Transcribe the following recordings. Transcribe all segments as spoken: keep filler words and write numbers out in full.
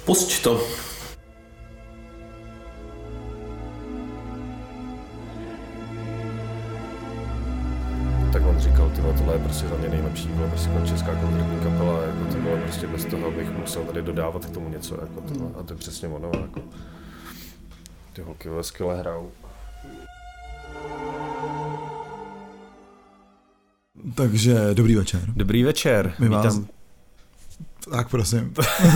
Pusť to. Tak on říkal, tyhle, tohle je prostě za mě nejlepší, byla prostě česká koncertní kapela, jako to bylo prostě bez toho, abych musel tady dodávat k tomu něco, jako tohle. A to je přesně ono, jako ty holky ve skvěle hrajou. Takže dobrý večer. Dobrý večer, My vás... vítám. Tak prosím.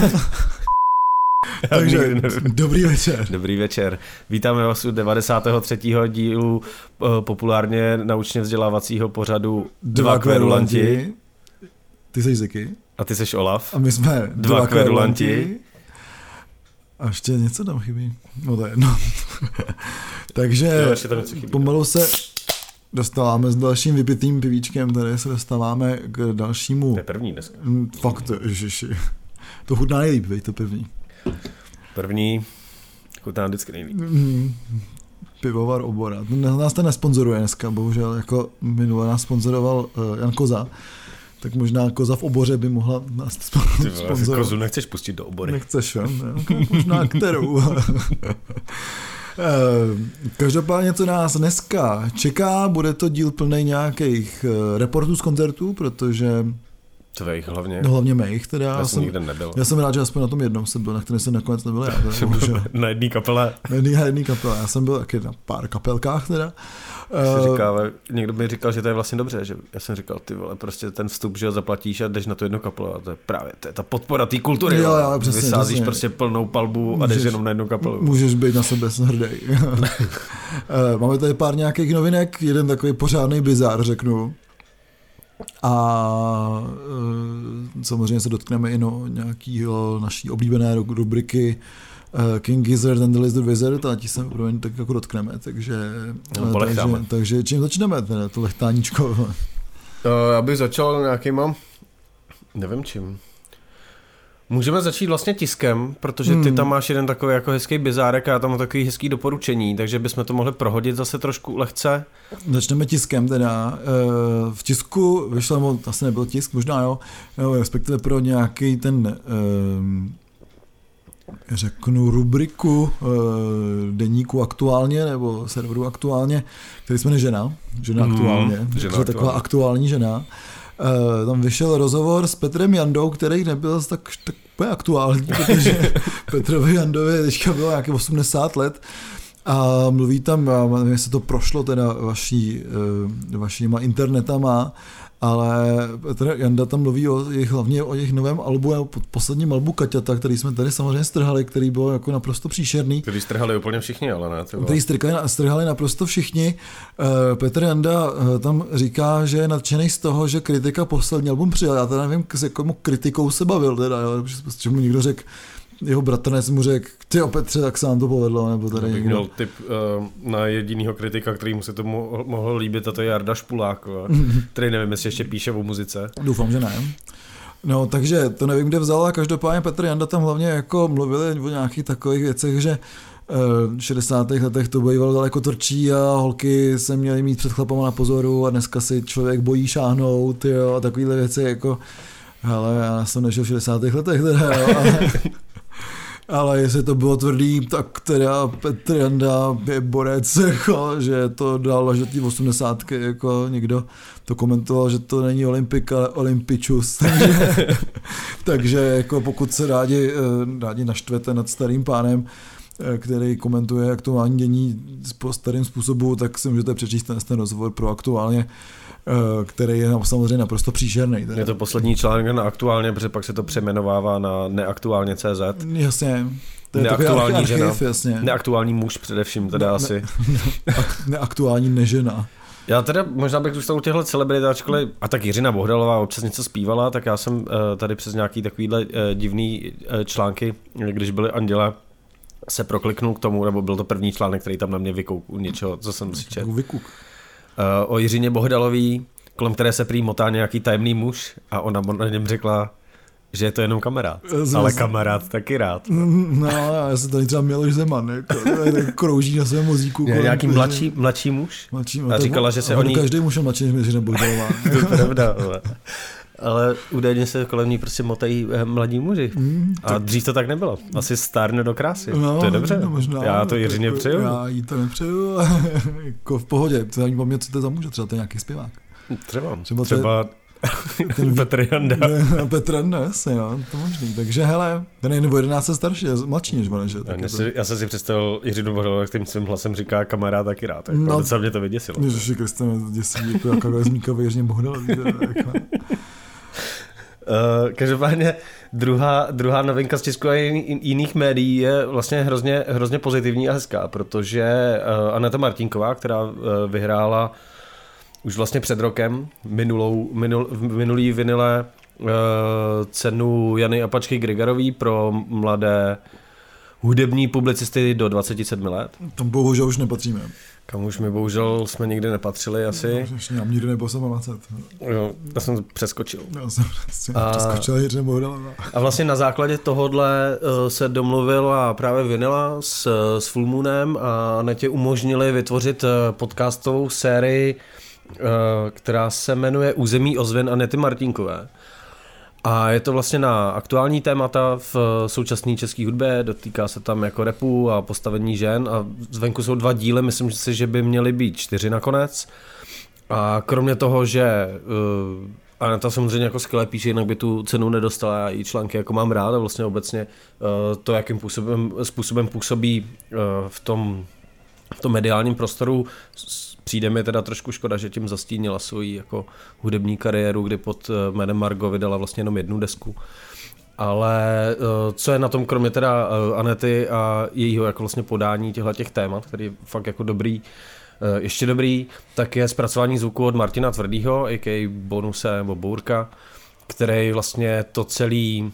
Takže dobrý večer. Dobrý večer. Vítáme vás u devadesátého třetího dílu uh, populárně naučně vzdělávacího pořadu Dva kverulanti. Ty jsi Ziky. A ty jsi Olaf. A my jsme Dva, Dva kverulanti. A ještě něco tam chybí. No to je jedno. Takže chybí, pomalu se dostáváme s dalším vypitým pivíčkem, tady se dostáváme k dalšímu. To je první dneska. Fakt, ježiši. To chutná nejlíp, vej, to první. První chutná vždycky nejlíp. Mm, pivovar Obora. Nás to nesponzoruje dneska, bohužel. Jako minule nás sponzoroval uh, Jan Koza. Tak možná Koza v Oboře by mohla nás sponzorovat. Kozu nechceš pustit do Obory. Nechceš, jo? Možná kterou. Každopádně to nás dneska čeká, bude to díl plný nějakých reportů z koncertů, protože tvých hlavně. No, hlavně mých teda. Já, já jsem nikde nebyl. Já jsem rád, že aspoň na tom jednom jsem byl, na kterém jsem nakonec nebyl já. Teda, na jedné kapele. Na jedné, na jedné kapele. Já jsem byl taky na pár kapelkách teda. Uh, říká, někdo mi říkal, že to je vlastně dobře, že já jsem říkal, ty vole, prostě ten vstup, že ho zaplatíš a jdeš na tu jednu kapelu a to je právě, to je ta podpora té kultury. Jo, jo, přesně, vysázíš přesně. Prostě plnou palbu a jdeš jenom na jednu kapelu. Můžeš být na sebe hrdý. Máme tady pár nějakých novinek, jeden takový pořádný bizár, řeknu. A e, samozřejmě se dotkneme i no, nějaký naší oblíbené rubriky uh, King Gizzard and the Lizard Wizard, a ti se proměň tak jako dotkneme, takže, no, takže, takže čím začneme, teda, to lechtáníčko? Uh, já bych začal nějakýma, nevím čím. Můžeme začít vlastně tiskem, protože ty tam máš jeden takový jako hezký bizárek a já tam mám takový hezký doporučení, takže bychom to mohli prohodit zase trošku lehce. Začneme tiskem teda. V tisku vyšlo, asi nebyl tisk, možná jo, respektive pro nějaký ten, řeknu, rubriku deníku Aktuálně, nebo serveru Aktuálně, který se jmenuje Žena. Žena mm, aktuálně. Žena to je taková aktuální žena. Uh, tam vyšel rozhovor s Petrem Jandou, který nebyl tak, tak úplně aktuální, protože Petrovi Jandovi teďka bylo nějaké osmdesát let a mluví tam, já nevím, jestli to prošlo teda vaší, uh, vašima internetama, ale Petr Janda tam mluví o jejich, hlavně o jejich novém albu, o posledním albu Kaťata, který jsme tady samozřejmě strhali, který byl jako naprosto příšerný. Který strhali úplně všichni, ale ne. Třeba. Který strhali, strhali naprosto všichni. Petr Janda tam říká, že je nadšený z toho, že kritika poslední album přijal. Já teda nevím, s jakou kritikou se bavil, teda, že mu někdo řekl, jeho bratranec mu řekl, ty o Petře, tak se nám to povedlo. Nebo tady bych někdo... měl tip uh, na jedinýho kritika, který mu se to mo- mohlo líbit, a to je Jarda Špulák, mm-hmm. který nevím, jestli ještě píše o muzice. Doufám, že ne. No, takže to nevím, kde vzal, a každopádně Petr Janda tam hlavně jako mluvili o nějakých takových věcech, že v šedesátých letech to bývalo daleko tvrdší a holky se měly mít před chlapama na pozoru a dneska si člověk bojí šáhnout, jo, a takovýhle věci jako, hele, já jsem nežil v šedesátých letech teda, jo, ale, ale jestli to bylo tvrdý, tak teda Petr Janda je borec, jako, že to dal, že ty osmdesátky, jako někdo to komentoval, že to není Olympik, ale Olympičus, takže, takže jako pokud se rádi, rádi naštvete nad starým pánem, který komentuje aktuální dění po starým způsobu, tak si můžete přečíst ten, ten rozhovor pro Aktuálně, který je samozřejmě naprosto příšerný. Je to poslední článek na Aktuálně, protože pak se to přejmenovává na neaktuálně tečka cé zet. Jasně. To je neaktuální archiv, žena. Jasně. Neaktuální muž především, teda ne, asi. Ne, neaktuální nežena. Já teda možná bych zůstal u těchto celebrit, ačkoliv, a tak Jiřina Bohdalová občas něco zpívala, tak já jsem uh, tady přes nějaký takovýhle uh, divný uh, články, když byly Anděle, se prokliknul k tomu, nebo byl to první článek, který tam na mě vykouk u něčeho, co jsem si četl. Vykuk. Uh, o Jiřině Bohdalový, kolem které se prý motá nějaký tajemný muž, a ona na něm řekla, že je to jenom kamarád. Zase. Ale kamarád taky rád. No, já jsem tady třeba Miloš Zeman, jako, tak krouží na svém mozíku. Je nějaký mladší, mladší muž? Mladší, a říkala, že se oni... Každý muž je mladší než Jiřina Bohdalová. To je pravda. Ale údajně se kolem ní prostě motají mladí muži. Mm, a dřív to tak nebylo. Asi stárne do krásy. No, to je dobře. No, možná, já to Jiřině jako, přeju. Já jí to nepřeju. Jako v pohodě. To ani po mě, co to je za muže. Třeba to je nějaký zpěvák. Třeba. Třeba, třeba ten Petr Janda. Petr Janda, jasně, no, to možný. Takže hele, ten je nebo jedenáct starší, je mladší než ona, že? Já, si, já jsem si představil Jiřinu Bohdalovou, jak tím svým hlasem říká kamarád taky rád. Jako, no, docela mě to vyděsilo. Ježiši Kriste, mě to děsí, jako jaká zmínka Jiřině Bohdalovou. Uh, každopádně druhá, druhá novinka z tisku a jiných médií je vlastně hrozně, hrozně pozitivní a hezká, protože uh, Aneta Martinková, která uh, vyhrála už vlastně před rokem minulou, minul, minulý vinile uh, cenu Jany Apačky Grigarový pro mladé hudební publicisty do dvacet sedm let. Tam bohužel už nepatříme. Kam už my bohužel jsme nikdy nepatřili asi. No, já nikdy nebyl jsem dvacet. Jo, já jsem přeskočil. Já jsem prostě a, přeskočil Jiřinu Bohdalovou. A vlastně na základě tohohle uh, se domluvila právě Vinila s, s Full Moonem a Anetě umožnili vytvořit uh, podcastovou sérii, uh, která se jmenuje Území ozvěn Anety Martinkové. A je to vlastně na aktuální témata v současné české hudbě, dotýká se tam jako rapu a postavení žen a zvenku jsou dva díly, myslím si, že by měly být čtyři nakonec. A kromě toho, že uh, Aneta samozřejmě jako skvěle píše, jinak by tu cenu nedostala, já jí články jako mám rád a vlastně obecně uh, to, jakým způsobem, způsobem působí uh, v tom, v tom mediálním prostoru. Přijde mi teda trošku škoda, že tím zastínila svoji jako hudební kariéru, kdy pod jménem Margo vydala vlastně jenom jednu desku. Ale co je na tom, kromě teda Anety a jejího jako vlastně podání těchto témat, který je fakt jako dobrý, ještě dobrý, tak je zpracování zvuku od Martina Tvrdýho, a k a. Bonuse nebo Bourka, který vlastně to celý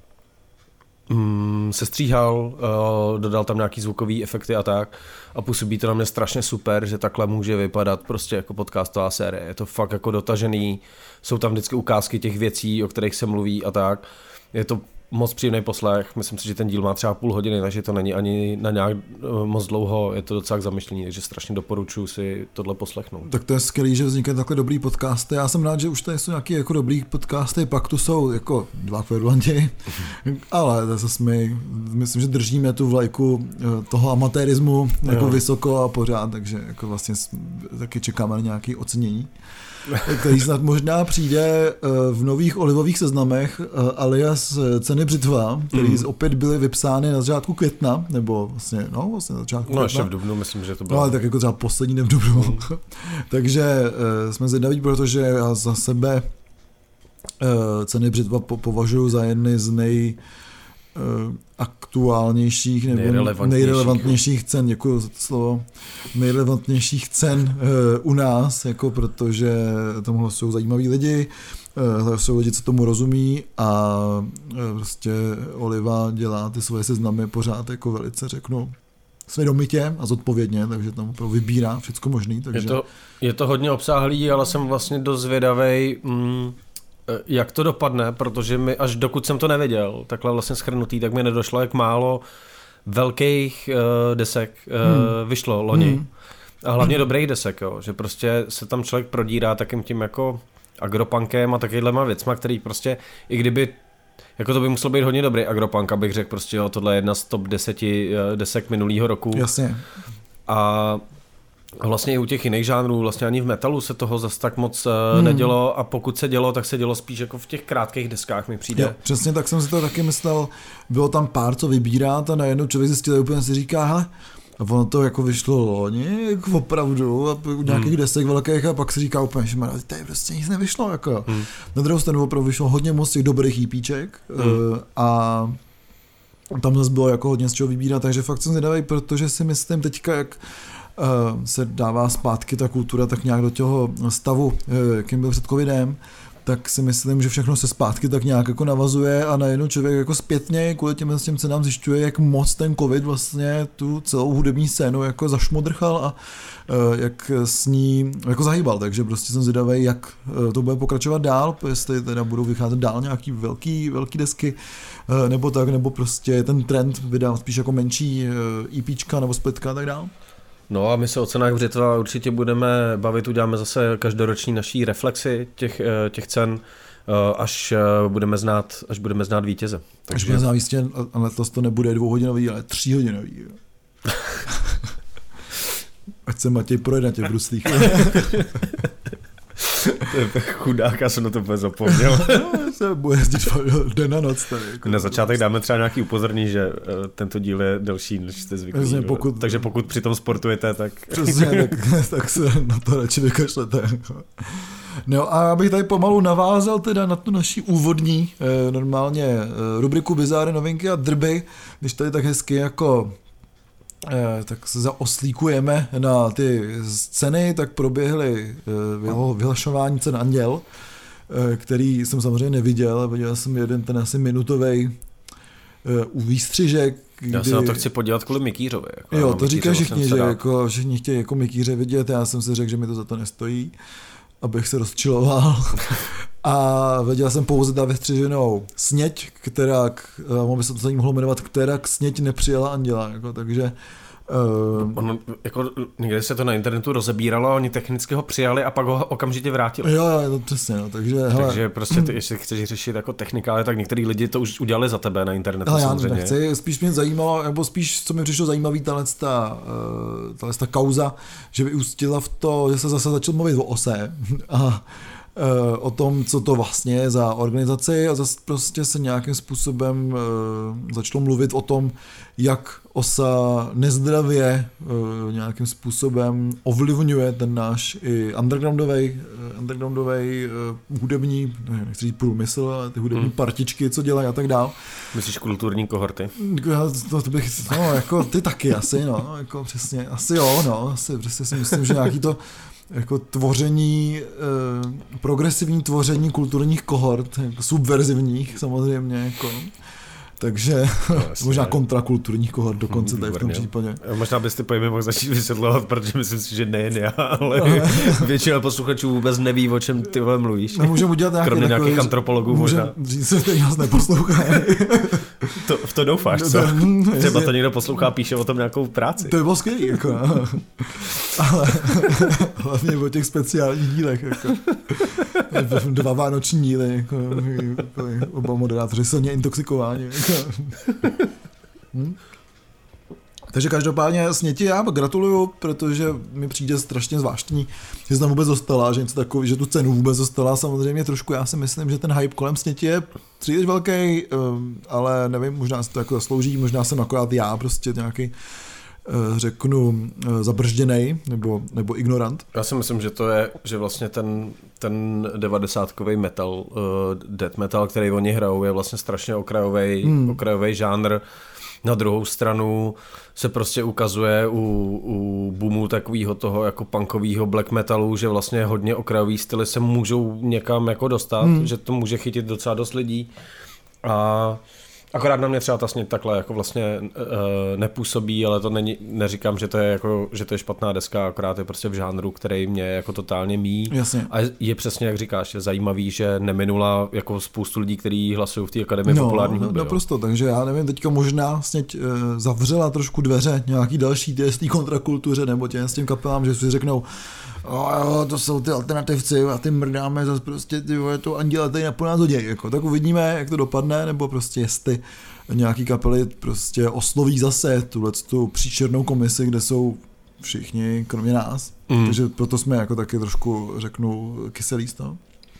Mm, se stříhal, uh, dodal tam nějaký zvukový efekty a tak a působí to na mě strašně super, že takhle může vypadat prostě jako podcastová série. Je to fakt jako dotažený, jsou tam vždycky ukázky těch věcí, o kterých se mluví a tak. Je to moc příjemný poslech, myslím si, že ten díl má třeba půl hodiny, takže to není ani na nějak uh, moc dlouho, je to docela k zamyšlení, takže strašně doporučuji si tohle poslechnout. Tak to je skvělý, že vznikají takhle dobrý podcasty. Já jsem rád, že už tady jsou nějaký jako dobrý podcasty, pak tu jsou jako dva kverulandi, ale zase my, myslím, že držíme tu vlajku toho amatérismu jako jo. vysoko a pořád, takže jako vlastně taky čekáme na nějaké ocenění, který snad možná přijde v nových olivových seznamech alias ceny Břitva, který mm. opět byly vypsány na začátku května, nebo vlastně, no, vlastně na začátku no, května. No, ještě v dubnu, myslím, že to bylo. No, ale tak jako třeba poslední den v dubnu. Mm. Takže uh, jsme zvědaví, protože já za sebe uh, ceny Břitva po- považuji za jedny z nej uh, aktuálnějších nebo nejrelevantnějších, nejrelevantnějších cen, děkuji za to slovo, nejrelevantnějších cen uh, u nás, jako protože tam hlasují zajímaví lidi, uh, jsou lidi, co tomu rozumí a uh, prostě Oliva dělá ty svoje seznamy pořád jako velice, řeknu, svědomitě a zodpovědně, takže tam opravdu vybírá všecko možný. Takže... Je to, je to hodně obsáhlý, ale jsem vlastně dost zvědavej, mm, jak to dopadne, protože mi až dokud jsem to nevěděl, takhle vlastně shrnutý, tak mi nedošlo, jak málo velkých uh, desek uh, hmm. vyšlo loni. Hmm. A hlavně dobrých desek, jo, že prostě se tam člověk prodírá takým tím jako agropunkem a takovýhlema věcma, který prostě, i kdyby jako to by muselo být hodně dobrý agropunk, abych řekl prostě, jo, tohle je jedna z top deseti desek minulýho roku. Jasně. A vlastně i u těch jiných žánrů, vlastně ani v metalu se toho zas tak moc hmm. nedělo a pokud se dělo, tak se dělo spíš jako v těch krátkých deskách mi přijde. Jo, přesně tak jsem si to taky myslel, bylo tam pár, co vybírát a najednou člověk zjistil, úplně si říká, hele, a ono to jako vyšlo loni, jako opravdu, a nějakých hmm. desek velkých a pak si říká úplně, že tady prostě nic nevyšlo, jako. Hmm. Na druhou stranu opravdu vyšlo hodně moc těch dobrých EPček hmm. a tam zase bylo jako hodně z čeho vybírat, takže fakt jsem zvědavý, protože si myslím teďka, jak Uh, se dává zpátky ta kultura tak nějak do toho stavu, uh, jakým byl před covidem, tak si myslím, že všechno se zpátky tak nějak jako navazuje a najednou člověk jako zpětně kvůli těm, těm cenám zjišťuje, jak moc ten covid vlastně tu celou hudební scénu jako zašmodrchal a uh, jak s ní jako zahýbal, takže prostě jsem zvědavý, jak uh, to bude pokračovat dál, jestli teda budou vycházet dál nějaký velký, velký desky, uh, nebo tak, nebo prostě ten trend vydá spíš jako menší uh, EPčka nebo splitka a tak dál. No a my se o cenách Břitva určitě budeme bavit, uděláme zase každoroční naší reflexy těch, těch cen až budeme znát, až budeme znát vítěze. Takže... Až budeme znát vítěze, a letos to nebude dvouhodinový, ale tříhodinový. Ať se Matěj projde na těch bruslích. To je chudák, já jsem na to úplně zapomněl. No, se bude jezdit den na noc tady. Jako na začátek dáme třeba nějaký upozornění, že uh, tento díl je delší, než jste zvyklí. Přesně, pokud, takže pokud při tom sportujete, tak... Přesně, tak, tak se na to radši vykašlete. No a abych tady pomalu navázal teda na tu naší úvodní eh, normálně eh, rubriku Bizáry, novinky a drby, když tady tak hezky jako... tak se zaoslíkujeme na ty ceny, tak proběhly vyhlašování cen Anděl, který jsem samozřejmě neviděl, viděl jsem jeden ten asi minutovej výstřižek. Kdy... Já se na to chci podívat kvůli Mikýřovi. Jako jo, to říkají všichni, že jako, všichni chtějí jako Mikýře vidět, já jsem si řekl, že mi to za to nestojí, abych se rozčiloval. A viděl jsem pouze ta vystřiženou sněť, která, mohl by se to za ní mohlo jmenovat, která k sněť nepřijela Anděla, jako, takže... Uh... Ono, jako, někde se to na internetu rozebíralo, oni technicky ho přijali a pak ho okamžitě vrátili. Jo, jo, to přesně, no, takže... Hele, takže prostě, ty, jestli chceš řešit jako technikále, tak některý lidi to už udělali za tebe na internetu. Ale samozřejmě. Já nechci, spíš mě zajímalo, nebo spíš, co mi přišlo zajímavý, tahle ta, tahle ta kauza, že vyústila v to, že se zase začal mluvit o ose a o tom, co to vlastně je za organizaci a zase prostě se nějakým způsobem uh, začalo mluvit o tom, jak osa nezdravě uh, nějakým způsobem ovlivňuje ten náš i undergroundovej, uh, undergroundovej uh, hudební, nevím, nechci říct průmysl, ale ty hudební hmm. partičky, co dělají a tak dál. Myslíš kulturní kohorty? Já to, to bych, no, jako ty taky asi, no, jako přesně, asi jo, no, asi přesně si myslím, že nějaký to jako tvoření, eh, progresivní tvoření kulturních kohort, jako subverzivních samozřejmě, jako, takže no, možná kontrakulturních kohort dokonce tady v tom případě. Možná byste pojmy mohl začít vysvětlovat, protože myslím si, že nejen já, ale většina posluchačů vůbec neví, o čem ty vole mluvíš. Můžeme udělat nějaký kromě takový, nějakých antropologů možná. Říct se, že nás neposlouchají. To, v to doufáš, co? Třeba to někdo poslouchá, píše o tom nějakou práci. To je bylo skvělý, jako. Ale hlavně o těch speciálních dílech, jako. Dva vánoční díly, jako, jako oba moderátoři silně intoxikováni. Jako. Hm? Takže každopádně Sněti já gratuluju, protože mi přijde strašně zvláštní, že se tam vůbec dostala, že něco takový, že tu cenu vůbec dostala. Samozřejmě trošku já si myslím, že ten hype kolem Sněti je příliš velký, ale nevím, možná se to jako zaslouží, možná jsem akorát já prostě nějaký, řeknu, zabržděnej nebo, nebo ignorant. Já si myslím, že to je, že vlastně ten, ten devadesátkový metal, uh, death metal, který oni hrajou, je vlastně strašně okrajový, hmm. okrajový žánr. Na druhou stranu se prostě ukazuje u, u boomu takového toho jako punkového black metalu, že vlastně hodně okrajový styly se můžou někam jako dostat, hmm. že to může chytit docela dost lidí. A akorát na mě třeba ta sněť takhle jako vlastně uh, nepůsobí, ale to není, neříkám, že to je jako, že to je špatná deska, akorát je prostě v žánru, který mě jako totálně míjí. Jasně. A je přesně, jak říkáš, je zajímavý, že neminula jako spoustu lidí, kteří hlasují v té akademii no, populární hudby. No, naprosto, takže já nevím, teďka možná sněť uh, zavřela trošku dveře nějaký další té kontrakultuře, nebo tě s tím kapelám, že si řeknou, o jo, to jsou ty alternativci a ty mrdáme zase prostě ty vole, to Anděla tady po nás hoděj, jako. Tak uvidíme, jak to dopadne, nebo prostě jestli nějaký kapely prostě osloví zase tu příšernou komisi, kde jsou všichni, kromě nás. Mm. Takže proto jsme jako taky trošku, řeknu, kyselí z toho.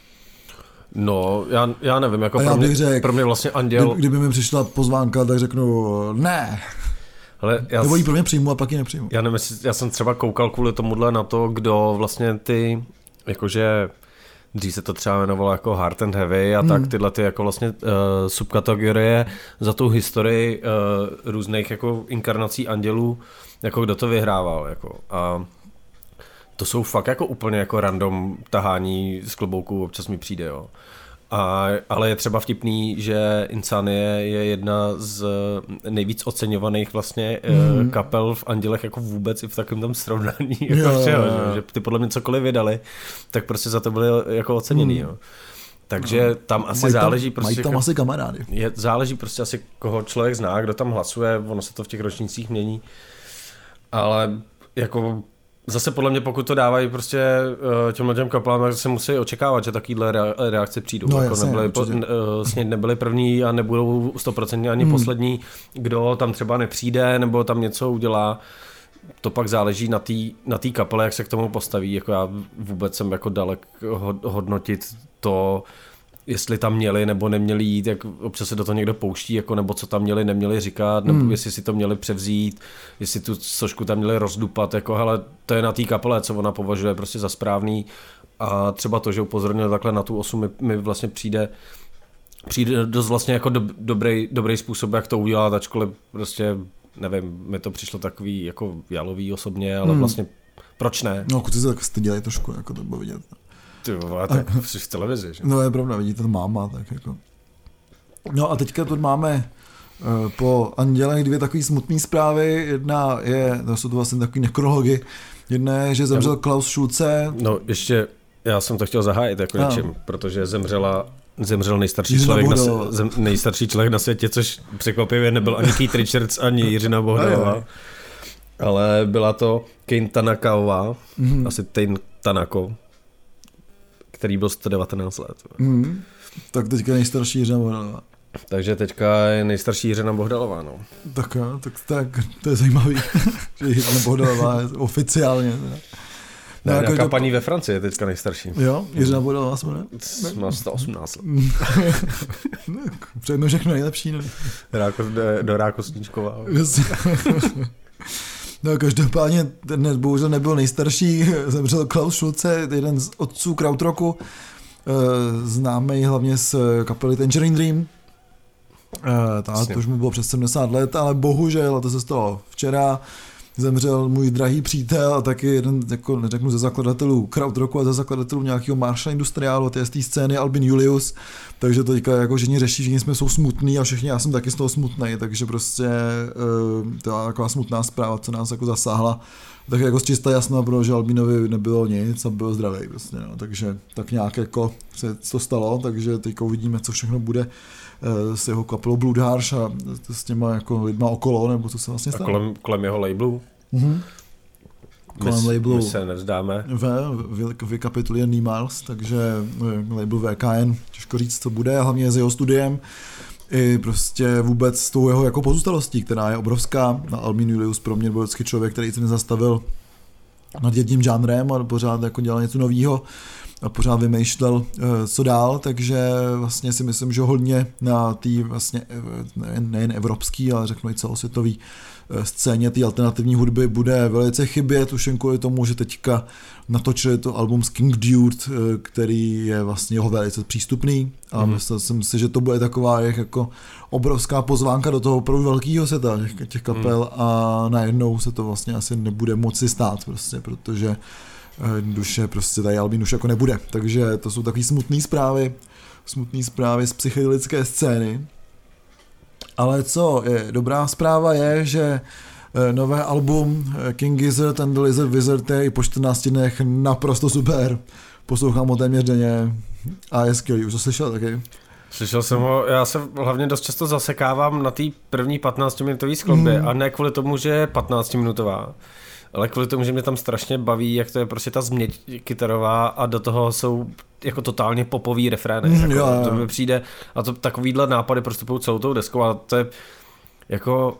No, já, já nevím, jako pro mě, řek, pro mě vlastně Anděl... Kdyby, kdyby mi přišla pozvánka, tak řeknu ne. Ale já Nebo ji pro mě přijmu a pak ji nepřijmu. Já nevím, já jsem třeba koukal kvůli tomuhle na to, kdo vlastně ty, jakože dřív se to třeba jmenovalo jako Hard and Heavy a hmm. tak tyhle ty jako vlastně uh, subkategorie za tu historii uh, různých jako inkarnací andělů, jako kdo to vyhrával, jako. A to jsou fakt jako úplně jako random tahání z klobouků, občas mi přijde, jo. A, ale je třeba vtipný, že Insanie je jedna z nejvíc oceňovaných vlastně mm. kapel v Andělech jako vůbec i v takovém tam srovnání. Jako jo, všeho, jo, jo. Že ty podle mě cokoliv vydali, tak prostě za to byli jako oceněný. Mm. Jo. Takže no, tam asi mají záleží tam, prostě... Mají tam jako, asi kamarády. Je, záleží prostě asi koho člověk zná, kdo tam hlasuje, ono se to v těch ročnících mění. Ale jako zase podle mě, pokud to dávají prostě těmhle těm kapelám, tak se musí očekávat, že takovýhle reakce přijdou. No, jako jasně, nebyli, po, vlastně nebyli první a nebudou sto procent ani hmm. poslední, kdo tam třeba nepřijde nebo tam něco udělá. To pak záleží na té na té kapele, jak se k tomu postaví. Jako já vůbec jsem jako dalek hodnotit to, jestli tam měli nebo neměli jít, jak občas se do toho někdo pouští, jako nebo co tam měli, neměli říkat, nebo hmm. jestli si to měli převzít, jestli tu sošku tam měli rozdupat, jako hele, to je na té kapele, co ona považuje prostě za správný a třeba to, že upozornil takhle na tu osu, mi, mi vlastně přijde přijde dost vlastně jako do, dobrý, dobrý způsob, jak to udělat, ačkoliv prostě, nevím, mi to přišlo takový jako jalový osobně, ale hmm. vlastně proč ne? No, kluci se tak stydělají trošku, jako to bylo vidět. Ty vole, tak jsi v televizi, že? No je pravda, vidíte, to máma, tak jako. No a teďka tu máme uh, po Andělech dvě takové smutné zprávy. Jedna je, to jsou to vlastně takový nekrology. Jedna je, že zemřel Klaus Schulze. No ještě, já jsem to chtěl zahájit jako no. něčím, protože zemřela Zemřel nejstarší člověk, na, zem, nejstarší člověk na světě, což překvapivě nebyl ani Keith Richards, ani Jiřina Bohdalová. Ale byla to Kane Tanakaová, mm-hmm. asi Tain Tanako, který byl sto devatenáct let. Mm-hmm. Tak teďka je nejstarší Jiřina Bohdalová. Takže teďka je nejstarší Jiřina Bohdalová, no. Tak jo, tak, tak to je zajímavý, že Jiřina Bohdalová je oficiálně. Teda. Ne, nějaká každop... paní ve Francii je teďka nejstarší. Jo, Jiřina Bohdalová jsme, ne? Má sto osmnáct let. Předno všechno nejlepší. Ne? Ráko, do, do Rákosníčková. No každopádně ten bohužel nebyl nejstarší, zemřel Klaus Schulze, jeden z otců krautrocku, známý hlavně z kapely Tangerine Dream. Ta, to už mu bylo přes sedmdesát let, ale bohužel, a to se stalo včera, zemřel můj drahý přítel a taky jeden, jako neřeknu, ze zakladatelů krautrocku a ze zakladatelů nějakého Marshall Industriálu, té scény Albin Julius, takže to teďka jako všichni řeší, všichni jsme jsou smutný a všichni, já jsem taky z toho smutný, takže prostě to je taková smutná zpráva, co nás jako zasáhla, tak jako z čista jasno, protože Albinovi nebylo nic a byl zdravý prostě, no, takže tak nějak jako se to stalo, takže teďka uvidíme, co všechno bude s jeho kapelou Bloodharsh a s těma jako lidma okolo, nebo co se vlastně stalo. A kolem, kolem jeho labelu? Mm-hmm. Kolem my, labelu my se nevzdáme. Vykapituluje Niemals, takže label V K N, těžko říct, co bude, hlavně s jeho studiem i prostě vůbec s tou jeho jako pozůstalostí, která je obrovská. Albin Julius pro mě byl vždycky člověk, který se nezastavil nad jedním žánrem a pořád jako dělal něco novýho a pořád vymýšlel, co dál, takže vlastně si myslím, že hodně na té vlastně nejen evropský, ale řeknu i celosvětový scéně té alternativní hudby bude velice chybět, už jen kvůli tomu, že teďka natočili to album z King Dude, který je vlastně jeho velice přístupný a mm. myslel jsem si, že to bude taková jako obrovská pozvánka do toho opravdu velkého světa těch, těch kapel mm. a najednou se to vlastně asi nebude moci stát prostě, protože duše prostě tady Albin už jako nebude, takže to jsou takový smutné zprávy, smutné zprávy z psychedelické scény. Ale co je dobrá zpráva je, že nové album King Gizzard and the Lizard Wizard je i po čtrnácti dnech naprosto super. Poslouchám ho téměř denně a je skvělý. Už to slyšel taky? Slyšel jsem ho, já se hlavně dost často zasekávám na té první patnáctiminutové skladbě mm. a ne kvůli tomu, že je patnáctiminutová, ale kvůli tomu, že mě tam strašně baví, jak to je prostě ta změť kytarová a do toho jsou jako totálně popový refrény. Mm, jako, jo, jo. To mi přijde a to takovýhle nápady prostupují celou tou deskou a to je jako,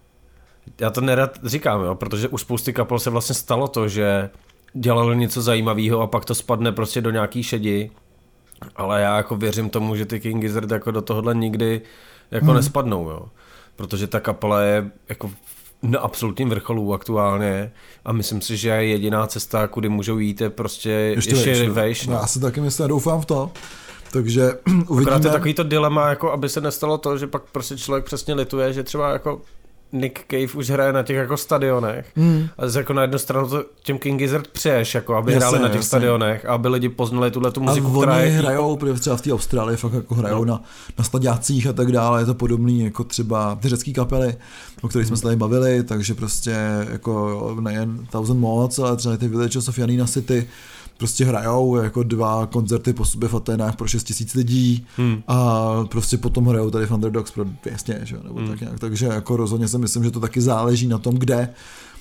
já to nerad říkám, jo, protože u spousty kapel se vlastně stalo to, že dělali něco zajímavého a pak to spadne prostě do nějaký šedi, ale já jako věřím tomu, že ty King Gizzard jako do tohohle nikdy jako mm. nespadnou, jo, protože ta kapela je jako na absolutním vrcholu aktuálně a myslím si, že jediná cesta, kudy můžou jít, je prostě ještě, ještě vejš. No. Já si taky myslím, doufám v to, takže uvidíme. Akorát je takový to dilema, jako aby se nestalo to, že pak prostě člověk přesně lituje, že třeba jako Nick Cave už hraje na těch jako stadionech mm. a jako na jednu stranu to těm King Gizzard přeješ, jako aby jasně, hráli na těch jasně. stadionech a aby lidi poznali tuhle tu muziku, a která je... hrajou, protože třeba v té Austrálii fakt jako hrajou no. na, na stadiácích a tak dále, je to podobný jako třeba ty řecký kapely, o kterých jsme se tady bavili, takže prostě jako nejen Thousand Mods, ale třeba ty Villages of Janina City prostě hrajou jako dva koncerty po sobě v Aténách pro šest tisíc lidí hmm. a prostě potom hrajou tady v Underdogs pro dvě stě, že? Nebo hmm. tak nějak. Takže jako rozhodně si myslím, že to taky záleží na tom, kde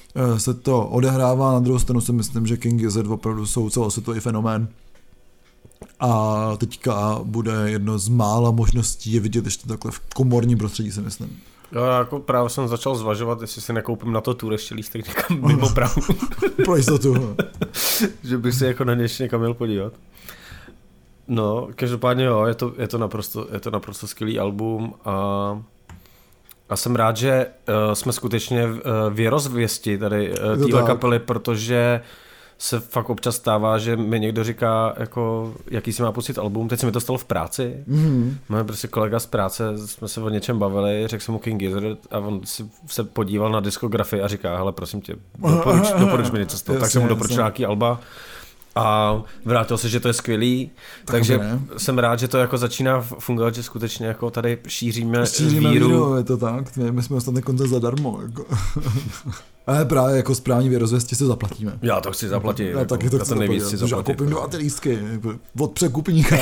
se to odehrává, na druhou stranu si myslím, že King Gizzard opravdu jsou celosvětový fenomén. A teďka bude jedno z mála možností je vidět ještě takhle v komorním prostředí, si myslím. Jo, já jako právě jsem začal zvažovat, jestli si nekoupím na to tour ještě lístek někam mimo Prahu. Pro jistotu. Že bych si jako na ně ještě někam měl podívat. No, každopádně jo, je to, je to naprosto, je to naprosto skvělý album a, a jsem rád, že uh, jsme skutečně uh, věrozvěsti tady uh, téhle kapely, protože se fakt občas stává, že mi někdo říká, jako, jaký si má pocit album. Teď se mi to stalo v práci. Mm-hmm. Máme prostě kolega z práce, jsme se o něčem bavili, řekl jsem mu King Gizzard a on si se podíval na diskografii a říká, hele, prosím tě, doporuč, doporuč mi něco z toho. Tak jsem mu doporučil nějaký alba a vrátil se, že to je skvělý, tak takže ne. Jsem rád, že to jako začíná fungovat, že skutečně jako tady šíříme, šíříme víru. víru. Je to tak, my jsme ostatně konce zadarmo. Jako. Ale právě jako správní věrozvěsti se zaplatíme. Já to chci zaplatit. Já jako, taky to chci nejvíc si zaplatit. Já koupím dva ty lístky od překupníka.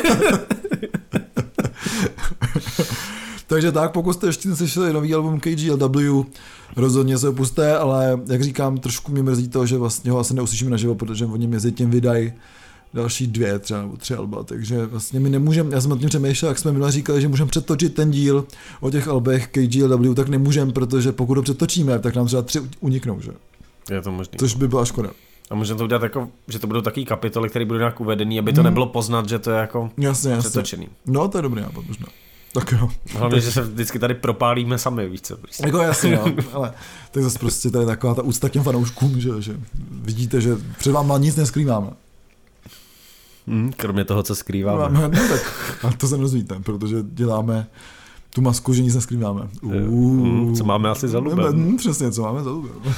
Takže tak, pokud jste ještě neslyšeli nový album K G L W, rozhodně se opusté, ale jak říkám, trošku mě mrzí to, že vlastně ho asi neuslyšíme naživo, protože oni mezi tím vydají další dvě třeba nebo tři alba, takže vlastně my nemůžeme, já jsem o tím přemýšlel, jak jsme minule říkali, že můžeme přetočit ten díl o těch albech K G L W, tak nemůžeme, protože pokud ho přetočíme, tak nám třeba tři uniknou, že? Je to možný. Což by byla škoda. A můžeme to udělat jako, že to budou takový kapitoly, které budou nějak uvedený, aby to nebylo poznat, že to je jako jasně, jasně. přetočený. No, to je dobrý nápad možná. Tak jo. Hlavně, že se vždycky tady propálíme sami, víš co? Prostě. Jako jasně, no, ale tak zase prostě to je taková ta úcta k těm fanouškům, že, že vidíte, že před váma nic neskrýváme. Hmm, kromě toho, co skrýváme. No, no, tak, a to se nedozvíte, protože děláme tu masku, že nic neskrýváme. Uh, hmm, co máme asi za lubem. Hmm, přesně, co máme za lubem. uh,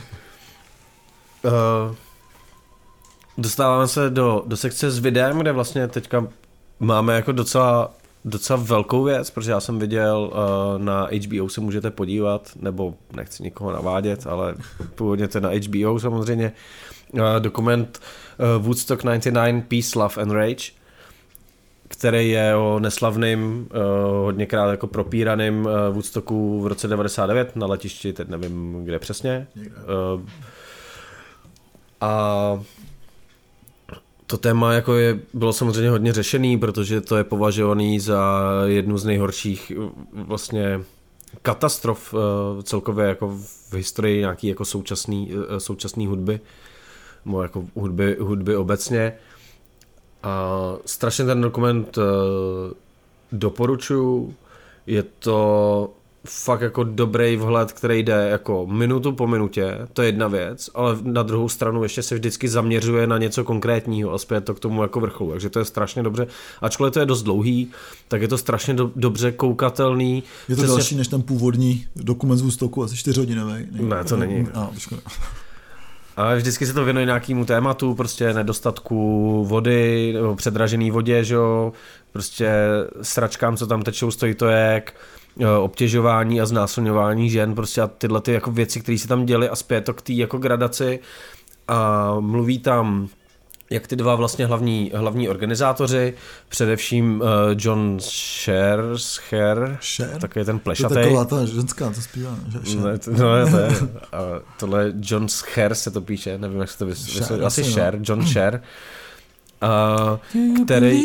dostáváme se do, do sekce s videem, kde vlastně teďka máme jako docela docela velkou věc, protože já jsem viděl uh, na H B O se můžete podívat, nebo nechci nikoho navádět, ale původně to je na H B O samozřejmě, uh, dokument uh, Woodstock devadesát devět Peace, Love and Rage, který je o neslavným, uh, hodněkrát jako propíraným uh, Woodstocku v roce devadesát devět na letišti, teď nevím kde přesně. Uh, a to téma jako je, bylo samozřejmě hodně řešený, protože to je považovaný za jednu z nejhorších vlastně katastrof uh, celkově jako v historii nějaký jako současný, uh, současný hudby, nebo jako hudby, hudby obecně. A strašně ten dokument uh, doporučuji. Je to fakt jako dobrý vhled, který jde jako minutu po minutě, to je jedna věc, ale na druhou stranu ještě se vždycky zaměřuje na něco konkrétního a zpět to k tomu jako vrcholu, takže to je strašně dobře, ačkoliv to je dost dlouhý, tak je to strašně do, dobře koukatelný. Je to přesně další než ten původní dokument z Woodstocku, asi čtyřhodinový. Ne, to není. No, a vždycky se to věnuje nějakému tématu, prostě nedostatku vody, nebo předražený vodě, že jo, prostě sračkám, co tam tečou, stojí to jak, obtěžování a znásilňování žen, prostě a tyhle ty jako věci, které se tam děly a zpět to k té jako gradaci a mluví tam jak ty dva vlastně hlavní, hlavní organizátoři, především uh, John Scher, Scher, takový ten plešatej. To je taková ta ženská, to zpívá. Ne, to, no, to je, a tohle John Scher se to píše, nevím, jak se to vysvětlí, asi Scher, no. John Scher, uh, který...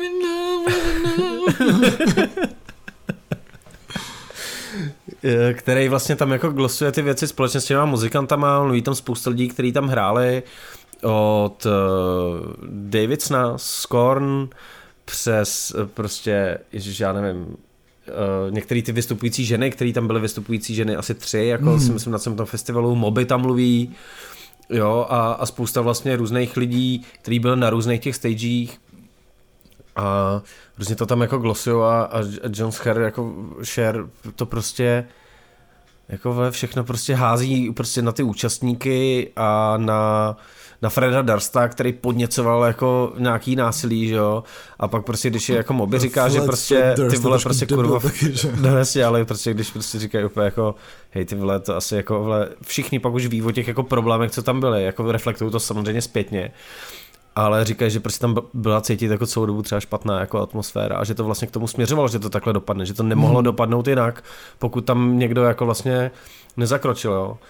který vlastně tam jako glosuje ty věci společně s těma muzikantama, mluví tam spousta lidí, kteří tam hráli, od uh, Davidsona, Scorn, přes uh, prostě, ježiš, já nevím, uh, některé ty vystupující ženy, které tam byly vystupující ženy, asi tři, jako mm. si myslím na celém tom festivalu, Moby tam mluví, jo, a, a spousta vlastně různých lidí, kteří byli na různých těch stagech a různě to tam jako glosujou a, a John Scher jako Scher to prostě jako všechno prostě hází prostě na ty účastníky a na, na Freda Dursta, který podněcoval jako nějaký násilí, že jo, a pak prostě když je jako Moby říká, že prostě ty vole prostě kurva, no jasně, ale prostě když prostě říkají úplně jako hej ty vole, to asi jako vole, všichni pak už ví o těch jako problémech, co tam byly, jako reflektují to samozřejmě zpětně. Ale říkají, že prostě tam byla cítit jako celou dobu třeba špatná jako atmosféra a že to vlastně k tomu směřovalo, že to takhle dopadne, že to nemohlo hmm. dopadnout jinak, pokud tam někdo jako vlastně nezakročil, jo.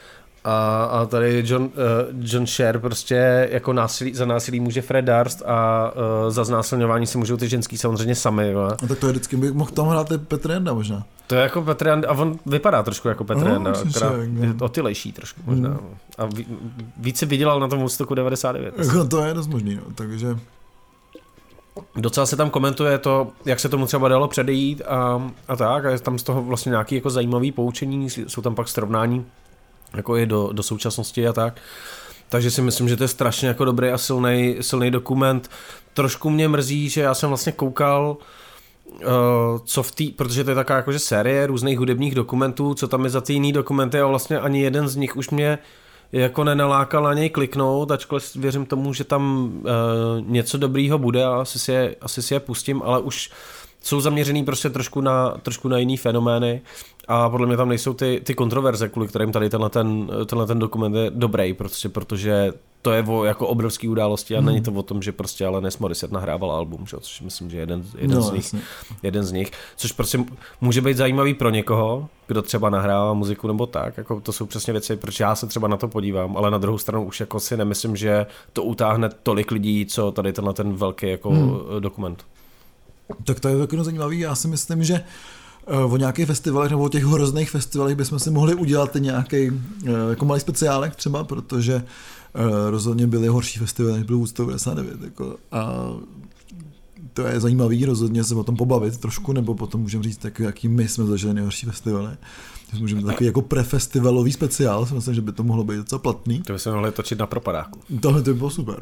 A, a tady John, uh, John Sher prostě jako násilí, za násilí může Fred Durst a uh, za znásilňování si můžou ty ženský samozřejmě sami. Jo. No tak to je vždycky, bych mohl tam hrát Petr Janda možná. To je jako Petr Janda a on vypadá trošku jako Petr no, Janda, akorát je otylejší trošku možná. Mm. A ví, víc si vydělal na tom Woodstocku devadesát devět. Jako to je dost možný, no, takže... Docela se tam komentuje to, jak se tomu třeba dalo předejít a, a tak, a je tam z toho vlastně nějaký jako zajímavý poučení, jsou tam pak srovnání jako i do, do současnosti a tak. Takže si myslím, že to je strašně jako dobrý a silný, silný dokument. Trošku mě mrzí, že já jsem vlastně koukal, uh, co v té, protože to je taková jakože série různých hudebních dokumentů, co tam je za ty jiný dokumenty a vlastně ani jeden z nich už mě jako nenalákal na něj kliknout, ačkoliv věřím tomu, že tam uh, něco dobrýho bude a asi si, je, asi si je pustím, ale už jsou zaměřený prostě trošku na, trošku na jiný fenomény a podle mě tam nejsou ty, ty kontroverze, kvůli kterým tady tenhle ten, tenhle ten dokument je dobrý, protože, protože to je o jako obrovský události a hmm. není to o tom, že prostě Alanis Morissette nahrával album, že? Což myslím, že jeden, jeden, no, z nich, jeden z nich, což prostě může být zajímavý pro někoho, kdo třeba nahrává muziku nebo tak, jako to jsou přesně věci, proč já se třeba na to podívám, ale na druhou stranu už jako si nemyslím, že to utáhne tolik lidí, co tady tenhle ten velký jako hmm. dokument. Tak to je taky zajímavý, já si myslím, že o nějakých festivalech nebo o těch hrozných festivalech bychom si mohli udělat nějaký jako malý speciálek třeba, protože rozhodně byly horší festivaly, než byl Woodstock devadesát devět. Jako, a to je zajímavý rozhodně se o tom pobavit trošku, nebo potom můžeme říct, tak, jaký my jsme zažili nejhorší festivaly. Můžeme takový jako prefestivalový speciál, si myslím, že by to mohlo být docela platný. To by se mohli točit na Propadáku. Tohle to by bylo super.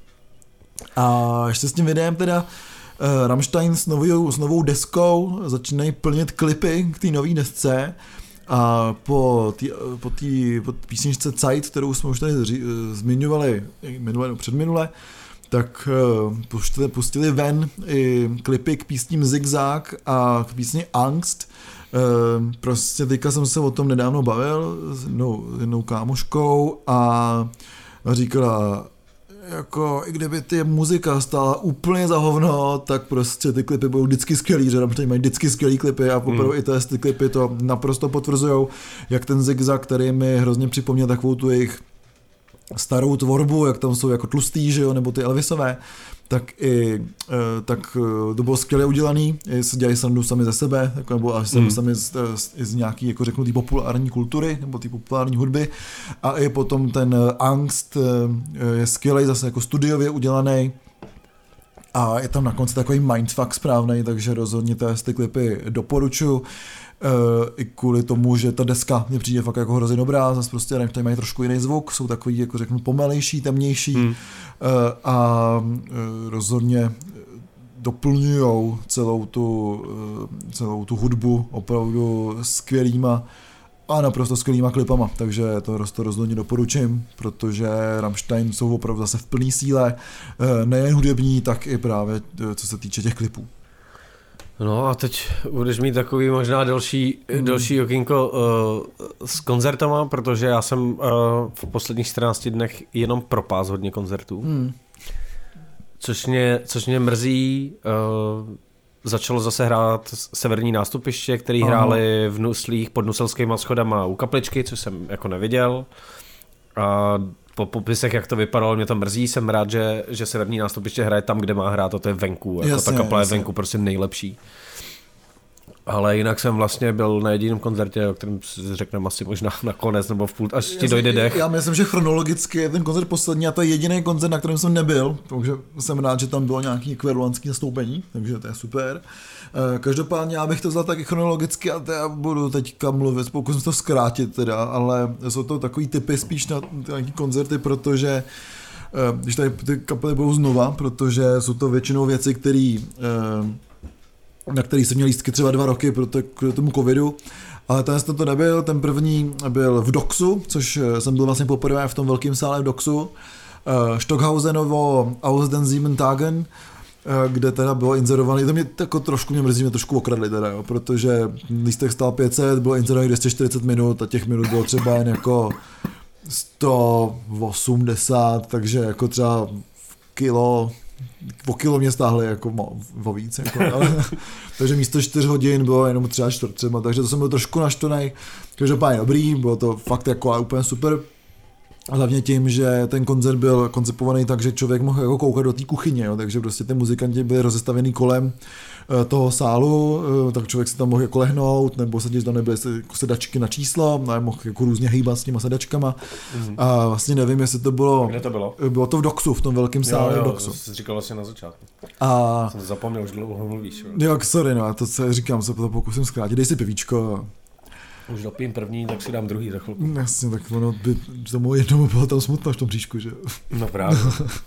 A ještě s tím videem teda Uh, Rammstein s novou, s novou deskou začínají plnit klipy k té nové desce a po té po po písničce Zeit, kterou jsme už tady ři, uh, zmiňovali minule, no předminule, tak uh, pustili, pustili ven i klipy k písním Zigzag a k písni Angst. Uh, prostě teďka jsem se o tom nedávno bavil s jednou, jednou kámoškou a říkala, jako i kdyby ty muzika stála úplně za hovno, tak prostě ty klipy budou vždycky skvělý, že tam mají vždycky skvělý klipy a poprvé mm. i ty, ty klipy to naprosto potvrzujou, jak ten Zigzag, který mi hrozně připomněl takovou tu jejich starou tvorbu, jak tam jsou jako tlustý, že jo, nebo ty Elvisové, tak i tak to bylo skvěle udělaný, si dělají srandu sami ze sebe, tak, nebo až mm. sami z, z, z nějaký, jako řeknu, té populární kultury, nebo té populární hudby. A i potom ten Angst je skvělej, zase jako studiově udělaný. A je tam na konci takový mindfuck správnej, takže rozhodně ty klipy doporučuji. Uh, i kvůli tomu, že ta deska mě přijde fakt jako hrozně dobrá, zase prostě tady mají trošku jiný zvuk, jsou takový, jako řeknu, pomalejší, temnější hmm. uh, a uh, rozhodně doplňujou celou tu, uh, celou tu hudbu opravdu skvělýma a naprosto skvělýma klipama, takže to, to rozhodně doporučím, protože Rammstein jsou opravdu zase v plný síle, uh, nejen hudební, tak i právě uh, co se týče těch klipů. No a teď budeš mít takový možná delší, hmm. delší okýnko uh, s koncertama, protože já jsem uh, v posledních čtrnácti dnech jenom propás hodně koncertů. Hmm. Což mě, což mě mrzí. Uh, začalo zase hrát Severní nástupiště, který Aha. hráli v Nuslích pod Nuselskýma schodama u kapličky, což jsem jako neviděl. A po popisech, jak to vypadalo, mě to mrzí, jsem rád, že, že Severní nástupiště hraje tam, kde má hrát, a to je venku, jako jasně, ta kapela je venku, prostě nejlepší. Ale jinak jsem vlastně byl na jediném koncertě, o kterém si řekneme asi možná nakonec, nebo v půl, až ti dojde dech. Já myslím, že chronologicky je ten koncert poslední a to je jediný koncert, na kterém jsem nebyl, takže jsem rád, že tam bylo nějaký kverulanský zastoupení, takže to je super. Každopádně já bych to vzal taky chronologicky a já budu teďka mluvit, pokusím to zkrátit teda, ale jsou to takový typy spíš na nějaký koncerty, protože když tady ty kapely budou znova, protože jsou to většinou věci, které na který jsem měl lístky třeba dva roky pro tomu covidu, ale ten to nebyl, ten první byl v Doxu, což jsem byl vlastně poprvé v tom velkém sále v Doxu, uh, Stockhausenovo Aus den sieben Tagen, uh, kde teda bylo inzerovaný, to mě jako trošku mě mrzí, mě trošku okradli teda, jo, protože lístek stál pět set, bylo inzerovaný dvě stě čtyřicet minut a těch minut bylo třeba jen jako sto osmdesát, takže jako třeba kilo o kilo mě stáhli jako mo, o víc. Jako, ale, takže místo čtyř hodin bylo jenom třeba čtvrt třeba, takže to jsem byl trošku naštvaný. Každopádně dobrý, bylo to fakt jako úplně super. Hlavně tím, že ten koncert byl koncipovaný tak, že člověk mohl jako koukat do té kuchyně, jo, takže prostě ty muzikanti byli rozestavený kolem toho sálu, tak člověk si tam mohl jako lehnout, nebo sedět, tam nebyly jako sedačky na číslo, a mohl jako různě hýbat s těma sedačkama. Mm-hmm. A vlastně nevím, jestli to bylo... Kde to bylo? Bylo to v Doxu, v tom velkém sále jo, jo, v Doxu. To jsi říkal vlastně na začátku. A... Jsem zapomněl, už dlouho mluvíš. Jo, jo sorry, no, to co říkám, se to pokusím zkrátit. Dej si pivíčko. Už dopím první, tak si dám druhý za chvilku. Jasně, tak ono by tomu jednomu bylo tam smutno v tom bříšku, že? No právě.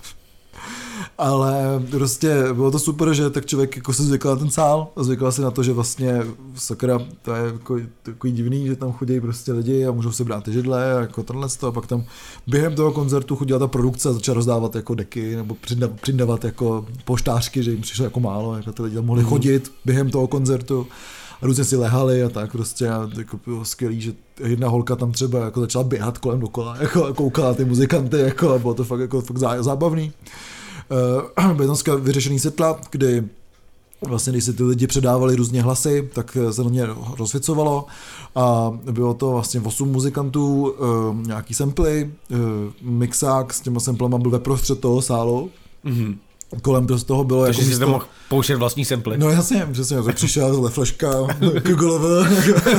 Ale prostě bylo to super, že tak člověk jako se zvykl na ten sál a zvykl si na to, že vlastně sakra, to je jako, takový divný, že tam chodí prostě lidi a můžou si brát ty židle a jako tohle a pak tam během toho koncertu chodila ta produkce a začala rozdávat jako deky nebo přindávat jako poštářky, že jim přišlo jako málo, jako ty lidi tam mohli chodit během toho koncertu. A různě si lehali a tak prostě a jako bylo skvělý, že jedna holka tam třeba jako začala běhat kolem dokola, jako koukala ty muzikanty, jako a bylo to fakt jako fakt zábavný. Uh, bylo tam vyřešený světla, kdy vlastně když si ty lidi předávali různě hlasy, tak se na ně rozsvěcovalo a bylo to vlastně osm muzikantů, uh, nějaký samply, uh, mixák s těma samplama byl ve prostřed toho sálu. Mm-hmm. Kolem toho bylo takže jako místo... mohl pouštět vlastní samply. No jasně, přesně, to přišel z fleška, Google.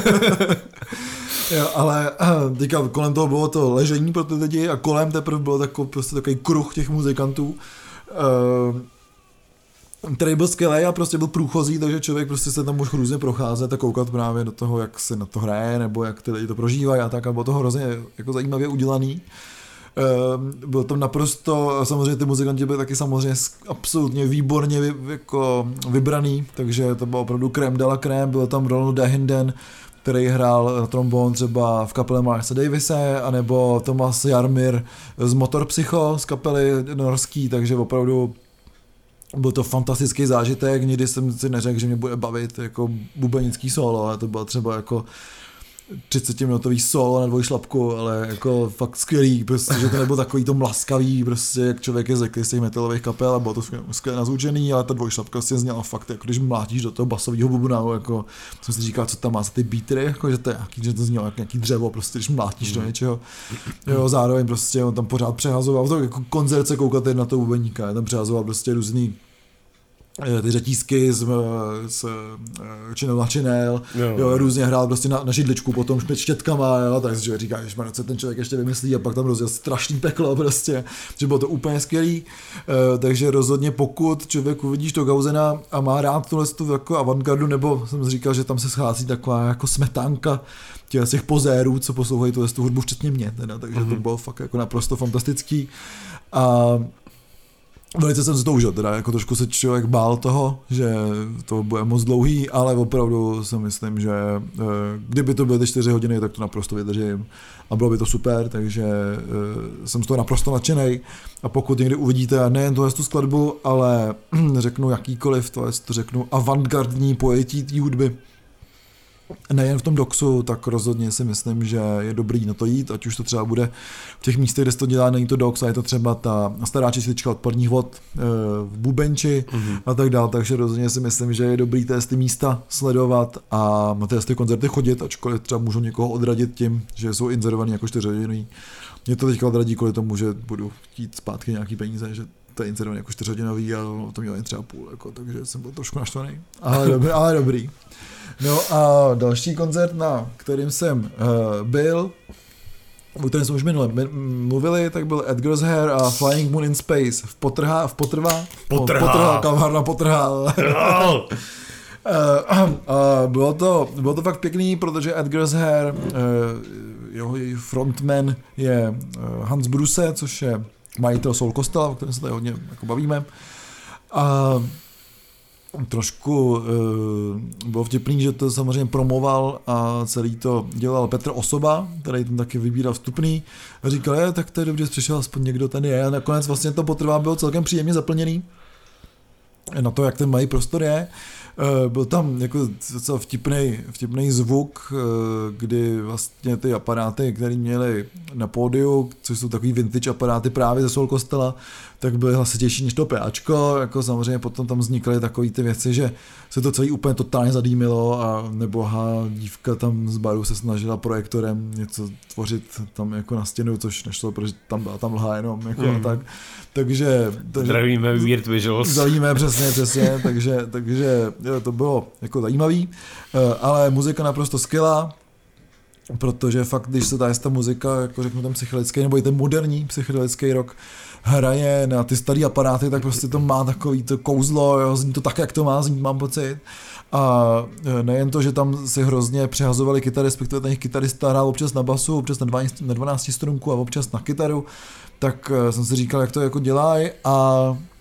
Jo, ale teďka kolem toho bylo to ležení pro ty lidi a kolem teprve bylo takový, prostě takový kruh těch muzikantů, který byl skvělý a prostě byl průchozí, takže člověk prostě se tam mohl různě procházet a koukat právě do toho, jak se na to hraje, nebo jak ty lidi to prožívají a tak, a bylo to hrozně jako zajímavě udělaný. Uh, bylo tam naprosto, samozřejmě ty muzikanti byli taky samozřejmě absolutně výborně vy, jako vybraný, takže to bylo opravdu crème de la crème, byl tam Ronald Dahinden, který hrál na trombon třeba v kapele Milesa Davise, anebo Thomas Jarmir z Motor Psycho z kapely norský, takže opravdu byl to fantastický zážitek, nikdy jsem si neřekl, že mě bude bavit jako bubenický solo, ale to bylo třeba jako třicetiminutový solo na dvojšlapku, ale jako fakt skvělý, prostě, že to nebylo takový to mlaskavý, prostě jak člověk je zvyklý z těch metalových kapel a bylo to skvěle nazvučený, ale ta dvojšlapka si zněla fakt, jako když mlátíš do toho basového bubna, jako jsem si říkal, co tam má za ty beatery, jako že to je nějaký, že to znělo jak nějaký dřevo, prostě když mlátíš do něčeho. Jo, zároveň prostě on tam pořád přehazoval, to jako koncert se koukat na toho bubeníka, tam přehazoval prostě různý ty řetízky z, z Channel na Channel, jo, jo, různě hrál prostě na, na židličku potom štětkama, jo, tak si říká, že co ten člověk ještě vymyslí a pak tam rozjel strašný peklo prostě, že bylo to úplně skvělý, e, takže rozhodně pokud člověk uvidíš to Gauzena a má rád tuhle tu jako avantgardu, nebo jsem říkal, že tam se schází taková jako smetánka těch, těch pozérů, co poslouchají tuhle tu hudbu, včetně mě, teda, takže mm-hmm. to bylo fakt jako naprosto fantastický a velice jsem si to užil, teda jako trošku se člověk bál toho, že to bude moc dlouhý, ale opravdu si myslím, že kdyby to byly ty čtyři hodiny, tak to naprosto vydržím a bylo by to super, takže jsem z toho naprosto nadšenej a pokud někdy uvidíte nejen tohle tu skladbu, ale řeknu jakýkoliv, tohle to řeknu avantgardní pojetí té hudby, nejen v tom Doxu, tak rozhodně si myslím, že je dobrý na to jít, ať už to třeba bude v těch místech, kde se to dělá, není to Dox a je to třeba ta stará čistička odpadních vod v Bubenči mm-hmm. a tak dál, takže rozhodně si myslím, že je dobrý ty místa sledovat a na ty koncerty chodit, ačkoliv třeba můžu někoho odradit tím, že jsou inzerovaný jako čtyřhodinový. Mě to teďka odradí kvůli tomu, že budu chtít zpátky nějaký peníze, že to je inzerovaný jako čtyřhodinový a to mělo jen třeba půl, jako, takže jsem byl trošku naštvaný, ale dobrý. Ale dobrý. No a další koncert, na kterým jsem uh, byl, o kterém jsme už minule mluvili, tak byl Edgar's Hair a Flying Moon in Space v Potrhá, v Potrvá. Potrhá. Potrhá, kavárna Potrhá. uh, uh, bylo, to, bylo to fakt pěkný, protože Edgar's Hair, uh, jeho frontman je uh, Hans Bruse, což je majitel Soul kostela, o kterém se tady hodně jako bavíme. A uh, trošku uh, bylo vtipný, že to samozřejmě promoval a celý to dělal Petr Osoba, který tam taky vybíral vstupný a říkal, je, tak to je dobře, přišel aspoň někdo ten je a nakonec vlastně to Potrvá bylo celkem příjemně zaplněný. na to, jak ten malý prostor je. Byl tam jako docela vtipnej, vtipnej zvuk, kdy vlastně ty aparáty, které měly na pódiu, což jsou takový vintage aparáty právě ze Soul Kostela, tak byly hlasitější než to PAčko, jako samozřejmě potom tam vznikaly takové ty věci, že se to celé úplně totálně zadýmilo a nebohá dívka tam z baru se snažila projektorem něco tvořit tam jako na stěnu, což nešlo, protože tam byla tam mlha jenom jako mm. a tak. Takže... Zdravíme Weird Visuals. Zdravíme, přesně, přesně, takže, takže to bylo jako zajímavý, ale muzika naprosto skvělá, protože fakt, když se ta muzika, jako řeknu ten psychedelický, nebo i ten moderní psychedelický rock, hraje na ty starý aparáty, tak prostě to má takový to kouzlo, jo, zní to tak, jak to má znít, mám pocit. A nejen to, že tam si hrozně přehazovali kytary, respektive ten kytarista hrál občas na basu, občas na dvanáct strunku a občas na kytaru, tak jsem si říkal, jak to jako dělají a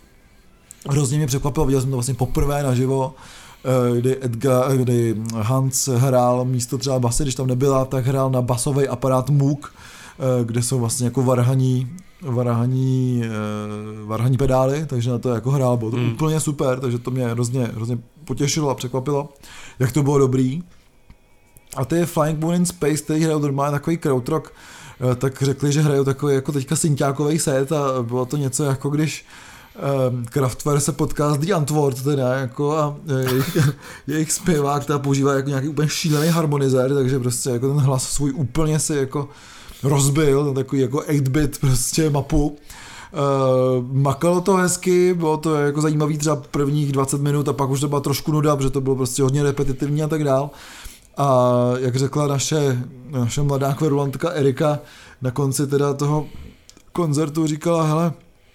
hrozně mě překvapilo, viděl jsem to vlastně poprvé naživo, kdy, Edgar, kdy Hans hrál místo třeba basy, když tam nebyla, tak hrál na basový aparát Moog, kde jsou vlastně jako varhaní, varhaní, varhaní pedály, takže na to jako hrál, bylo to hmm. úplně super, takže to mě hrozně, hrozně potěšilo a překvapilo, jak to bylo dobrý. A ty Flying Moon in Space, který hrajou normálně takový krautrock, tak řekli, že hrajou takový jako teďka synťákový set a bylo to něco jako když Kraftwerk se potká s The Antwoord teda jako a jejich, jejich zpěvák teda používá jako nějaký úplně šílený harmonizér, takže prostě jako ten hlas svůj úplně si jako rozbil, takový jako osm bit prostě mapu. Uh, makalo to hezky, bylo to jako zajímavý třeba prvních dvacet minut a pak už to byla trošku nuda, protože to bylo prostě hodně repetitivní a tak dál. A jak řekla naše, naše mladá kverulantka Erika na konci teda toho koncertu říkala, hele,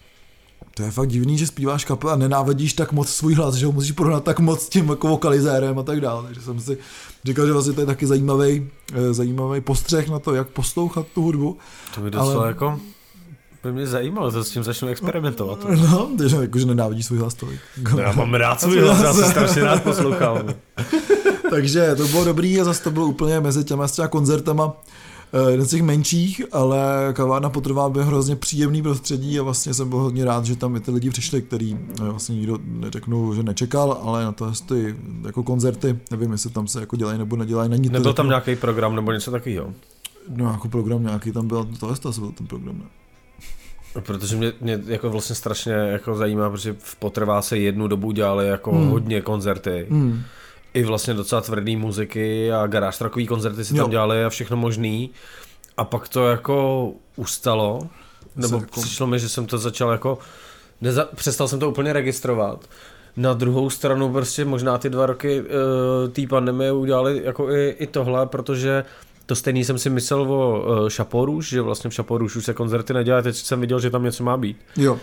to je fakt divný, že zpíváš kapel a nenávidíš tak moc svůj hlas, že ho musíš porovnat tak moc s tím jako vokalizérem a tak dále. Takže jsem si říkal, že vlastně to je taky zajímavý, zajímavý postřeh na to, jak poslouchat tu hudbu. To by docela ale... jako... by mě zajímalo, to s tím začnu experimentovat. No, takže jako, že nenávidíš svůj hlas tolik. No, já mám rád svůj hlas, já se strašně rád poslouchám. Takže to bylo dobrý a zase to bylo úplně mezi těma s těma koncertama jeden z těch menších, ale kavárna Potrvá byl hrozně příjemný prostředí a vlastně jsem byl hodně rád, že tam i ty lidi přišli, který vlastně nikdo neřeknu, že nečekal, ale na to ty jako koncerty, nevím, jestli tam se jako dělají nebo nedělají. Není Nebyl tam nějaký program nebo něco takového? No jako program nějaký tam byl, tohle to asi byl ten program, ne? Protože mě, mě jako vlastně strašně jako zajímá, protože v Potrvá se jednu dobu dělali jako hmm. hodně koncerty. Hmm. I vlastně docela tvrdý muziky a garáž trackový koncerty si jo. tam dělali a všechno možný. A pak to jako ustalo, nebo jako... přišlo mi, že jsem to začal jako, neza... přestal jsem to úplně registrovat. Na druhou stranu prostě možná ty dva roky uh, té pandemie udělali jako i, i tohle, protože to stejný jsem si myslel o uh, Chapeau Rouge, že vlastně v Chapeau Rouge už se koncerty nedělají, teď jsem viděl, že tam něco má být. Jo.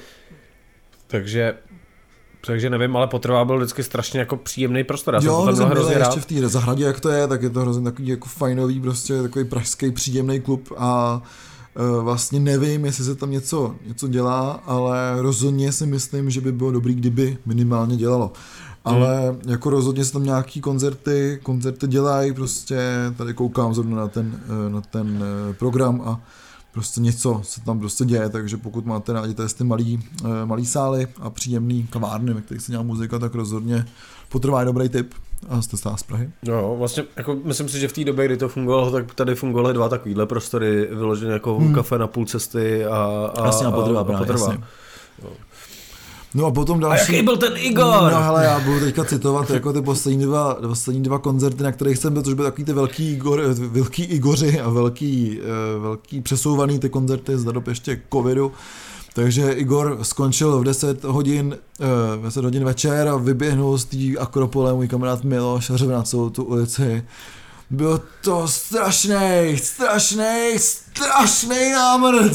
Takže... Takže nevím, ale Potrvá byl vždycky strašně jako příjemný prostor. Já jo, jsem to tam hrozně rád. Ještě v té zahradě, jak to je, tak je to hrozně takový jako fajnový, prostě takový pražský příjemný klub a e, vlastně nevím, jestli se tam něco, něco dělá, ale rozhodně si myslím, že by bylo dobrý, kdyby minimálně dělalo. Ale hmm. jako rozhodně se tam nějaký koncerty, koncerty dělají, prostě tady koukám zrovna na ten, na ten program a prostě něco se tam prostě děje, takže pokud máte rádi ty malý, malý sály a příjemný kavárny, ve kterých se dělá muzika, tak rozhodně Potrvá je dobrý tip a jste z Prahy. No, vlastně jako myslím si, že v té době, kdy to fungovalo, tak tady fungovaly dva takovýhle prostory, vyložené jako hmm. kafe na půl cesty a, a, jasně, a Potrvá, a, a Potrvá. Jasně. No. No a potom další... A jaký byl ten Igor? No hele, já budu teďka citovat jako ty poslední dva, poslední dva koncerty, na kterých jsem byl, což byly takový ty velký, Igor, velký Igoři a velký, velký přesouvaný ty koncerty z dob ještě covidu. Takže Igor skončil v deset hodin, v deset hodin večer a vyběhnul z té Akropole můj kamarád Miloš a řev na celou tu ulici. Byl to strašnej, strašnej, strašnej námrt.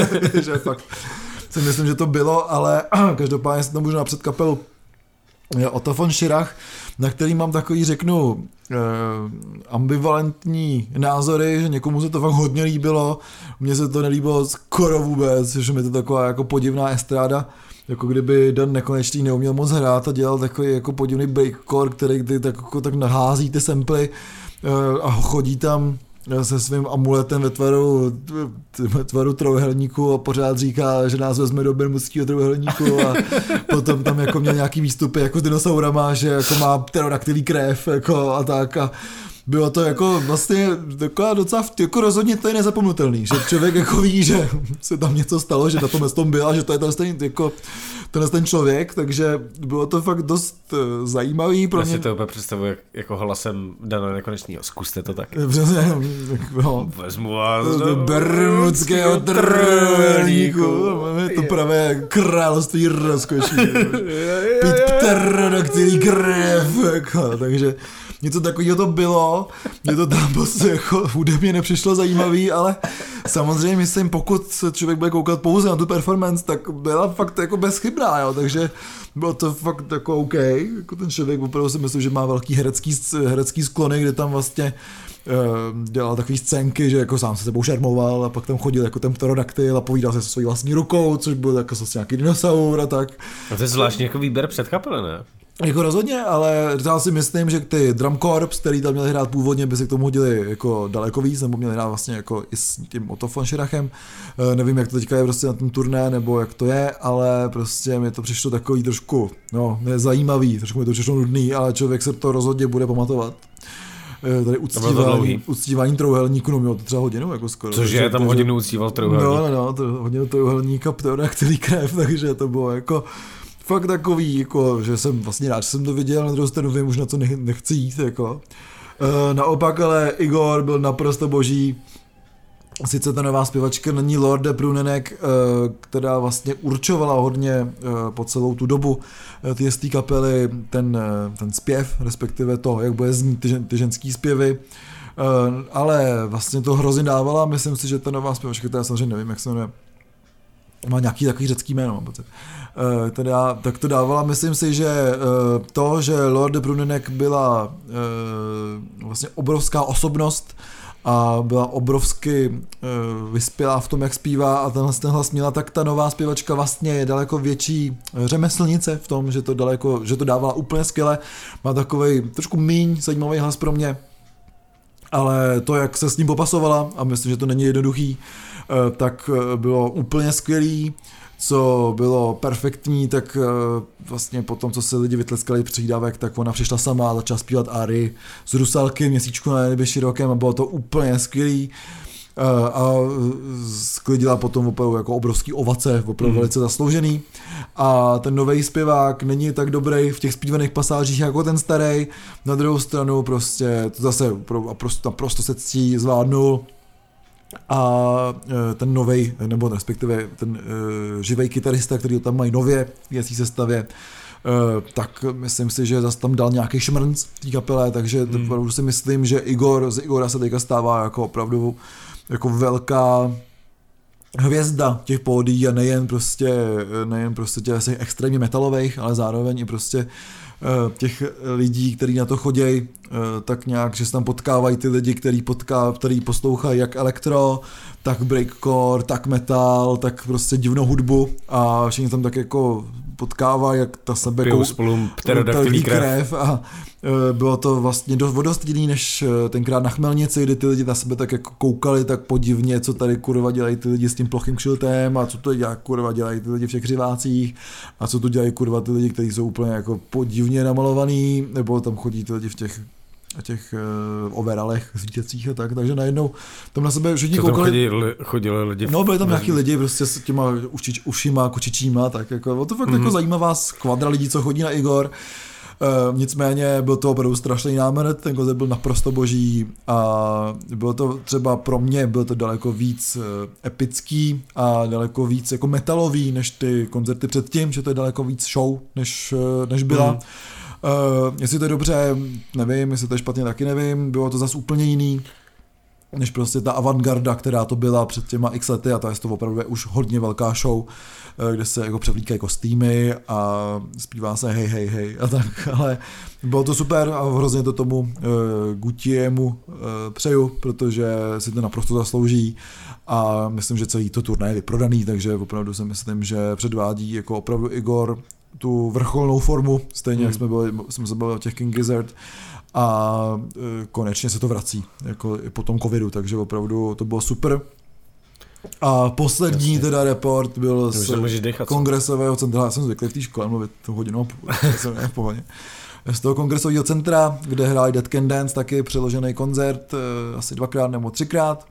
Že fakt si myslím, že to bylo, ale každopádně se to můžu napřed kapelu Otto von Schirach, na který mám takový, řeknu, eh, ambivalentní názory, že někomu se to fakt hodně líbilo, mně se to nelíbilo skoro vůbec, že mi to taková jako podivná estráda, jako kdyby Dan Nekonečný neuměl moc hrát a dělal takový jako podivný breakcore, který tak, jako, tak nahází ty samply eh, a chodí tam se svým amuletem ve tvaru, ve tvaru trojúhelníku a pořád říká, že nás vezme do bermudského trojúhelníku a potom tam jako měl nějaký výstupy jako s dinosaurama, že jako má pterodaktilí krev jako a tak a bylo to jako vlastně taková docela, jako rozhodně to je nezapomnutelný, že člověk jako ví, že se tam něco stalo, že na tom tom byl a že to je ten stejný, jako tenhle ten člověk, takže bylo to fakt dost zajímavý pro mě. Já si to úplně představuji jak, jako hlasem Dana Nekonečného, zkuste to taky. Přesně, no. Vezmu vás do bermudského trojúhelníku, máme to pravé království rozkoší, pít pterodaktilí krev, jako, takže něco takového to bylo, mě to tam prostě jako hudebně nepřišlo zajímavý, ale samozřejmě myslím, pokud se člověk bude koukat pouze na tu performance, tak byla fakt jako bezchybná, jo, takže bylo to fakt jako OK, jako ten člověk opravdu si myslím, že má velký herecký, herecký sklony, kde tam vlastně uh, dělal takový scénky, že jako sám se sebou šermoval a pak tam chodil jako ten pterodaktyl a povídal se se svojí vlastní rukou, což byl jako zase nějaký dinosaur a tak. A to je zvláštní jako výběr před kapely, ne? Jako rozhodně, ale já si myslím, že ty Drum Corps, který tam měli hrát původně, by se k tomu hodili jako daleko víc, nebo měli hrát vlastně jako i s tím Otto von Schirachem. Nevím, jak to teďka je prostě na tom turné, nebo jak to je, ale prostě mi to přišlo takový trošku, no, nezajímavý, trošku mi to přišlo nudný, ale člověk se to rozhodně bude pamatovat. Tady uctívání, uctívání trojúhelníku, no mělo to třeba hodinu, jako skoro. Cože je tam hodinu uctíval trojúhelník? No, no, no, to hodinu trojúhelníka, pterodaktilí krev, takže to bylo jako fakt takový, jako, že jsem vlastně rád, že jsem to viděl, na druhou stranu vím už na co nechci jít, jako. E, naopak, ale Igor byl naprosto boží. Sice ta nová zpěvačka není Lorde Prunenek, e, která vlastně určovala hodně e, po celou tu dobu e, ty jestý kapely ten, e, ten zpěv, respektive to, jak bude znít ty, ty ženský zpěvy. E, ale vlastně to hrozně dávala, myslím si, že ta nová zpěvačka, která samozřejmě nevím, jak se jmenuje, má nějaký takový řecký jméno, mám pocit. E, teda, tak to dávala, myslím si, že e, to, že Lorde Prunenek byla e, vlastně obrovská osobnost a byla obrovsky e, vyspělá v tom, jak zpívá a tenhle ten hlas měla, tak ta nová zpěvačka vlastně je daleko větší řemeslnice v tom, že to daleko, že to dávala úplně skvěle, má takovej trošku míň zajímavý hlas pro mě, ale to, jak se s ním popasovala, a myslím, že to není jednoduchý, tak bylo úplně skvělý, co bylo perfektní, tak vlastně po tom, co se lidi vytleskali přidávek, tak ona přišla sama a začala zpívat áry z Rusalky, Měsíčku na nebi širokém a bylo to úplně skvělý a sklidila potom opravdu jako obrovský ovace, opravdu mm. velice zasloužený a ten nový zpěvák není tak dobrý v těch zpívaných pasážích jako ten starý, na druhou stranu prostě to zase naprosto, naprosto se ctí zvládnul. A ten novej, nebo respektive ten uh, živej kytarista, který ho tam mají nově v jecí sestavě, uh, tak myslím si, že zase tam dal nějaký šmrnc v té kapele, takže hmm. opravdu si myslím, že Igor, z Igora se teďka stává jako opravdu jako velká hvězda těch pódií a nejen prostě, nejen prostě těch extrémně metalových, ale zároveň i prostě těch lidí, kteří na to chodí, tak nějak, že se tam potkávají ty lidi, který, potká, který poslouchají jak elektro, tak breakcore, tak metal, tak prostě divnou hudbu a všichni tam tak jako potkávají, jak ta sebe pijou spolu pterodaktilí krev a bylo to vlastně dost vodostilný, než tenkrát na Chmelnici, kdy ty lidi na sebe tak jako koukali tak podivně, co tady kurva dělají ty lidi s tím plochým kšiltem a co to dělá, kurva dělají ty lidi v těch křivácích a co to dělají kurva ty lidi, kteří jsou úplně jako podivně namalovaný, nebo tam chodí ty lidi v těch a těch uh, overalech svítěcích a tak, takže najednou tam na sebe všichni koukali. Chodili, chodili lidi? No, byli tam nějaký lidi prostě s těma ušič, ušima, kočičíma, tak jako, bylo to fakt mm-hmm. jako zajímavá skvadra lidí, co chodí na Igor. Uh, nicméně byl to opravdu strašný námrt, ten koncert byl naprosto boží a bylo to třeba pro mě, bylo to daleko víc uh, epický a daleko víc jako metalový, než ty koncerty předtím, že to je daleko víc show, než, uh, než byla. Mm. Uh, jestli to je dobře, nevím, jestli to je špatně, taky nevím, bylo to zase úplně jiný, než prostě ta avantgarda, která to byla před těma x lety a to je to opravdu už hodně velká show, kde se jako převlíkají kostýmy a zpívá se hej, hej, hej a tak, ale bylo to super a hrozně to tomu uh, Gutiemu uh, přeju, protože si to naprosto zaslouží a myslím, že celý to turné je vyprodaný, takže opravdu si myslím, že předvádí jako opravdu Igor tu vrcholnou formu, stejně hmm. jak jsme, byli, jsme se bavili o těch King Gizzard a konečně se to vrací, jako i po tom covidu, takže opravdu to bylo super. A poslední Jasně. teda report byl z dechat, kongresového centra, já jsem zvyklý v té škole mluvit tu hodinu a půl, jsem v pohodě. Z toho kongresového centra, kde hráli Dead Can Dance, taky přeložený koncert, asi dvakrát nebo třikrát.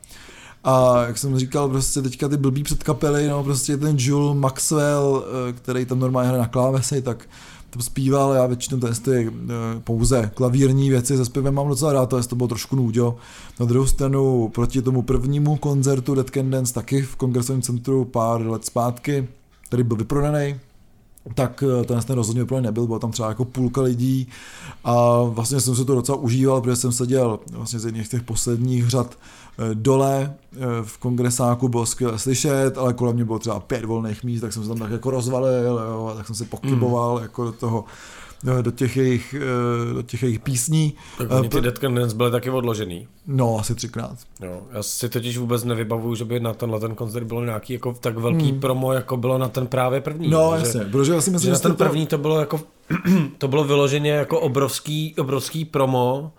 A jak jsem říkal, prostě teďka ty blbý předkapely, no prostě ten Jules Maxwell, který tam normálně hraje na klávesi, tak to zpíval, já většinou ty pouze klavírní věci se zpěvem mám docela rád, to bylo trošku nůďo. Na druhou stranu proti tomu prvnímu koncertu Dead Can Dance, taky v kongresovém centru pár let zpátky, který byl vyprodaný, tak ten ten rozhodně vyprodaný nebyl, bylo tam třeba jako půlka lidí a vlastně jsem se to docela užíval, protože jsem seděl vlastně z jedných těch posledních řad dole v kongresáku, bylo skvěle slyšet, ale kolem mě bylo třeba pět volných míst, tak jsem se tam tak jako rozvalil, jo, tak jsem si pokyboval mm. jako do toho, do těch jejich, do těch jejich písní. Tak oni ty Dead Can Dance byly taky odložený. No, asi třikrát. Jo, já si totiž vůbec nevybavuju, že by na tenhle ten koncert bylo nějaký jako tak velký hmm. promo, jako bylo na ten právě první. No, že, jasně, protože já si myslím, že na ten první to bylo jako, to bylo vyloženě jako obrovský, obrovský promo.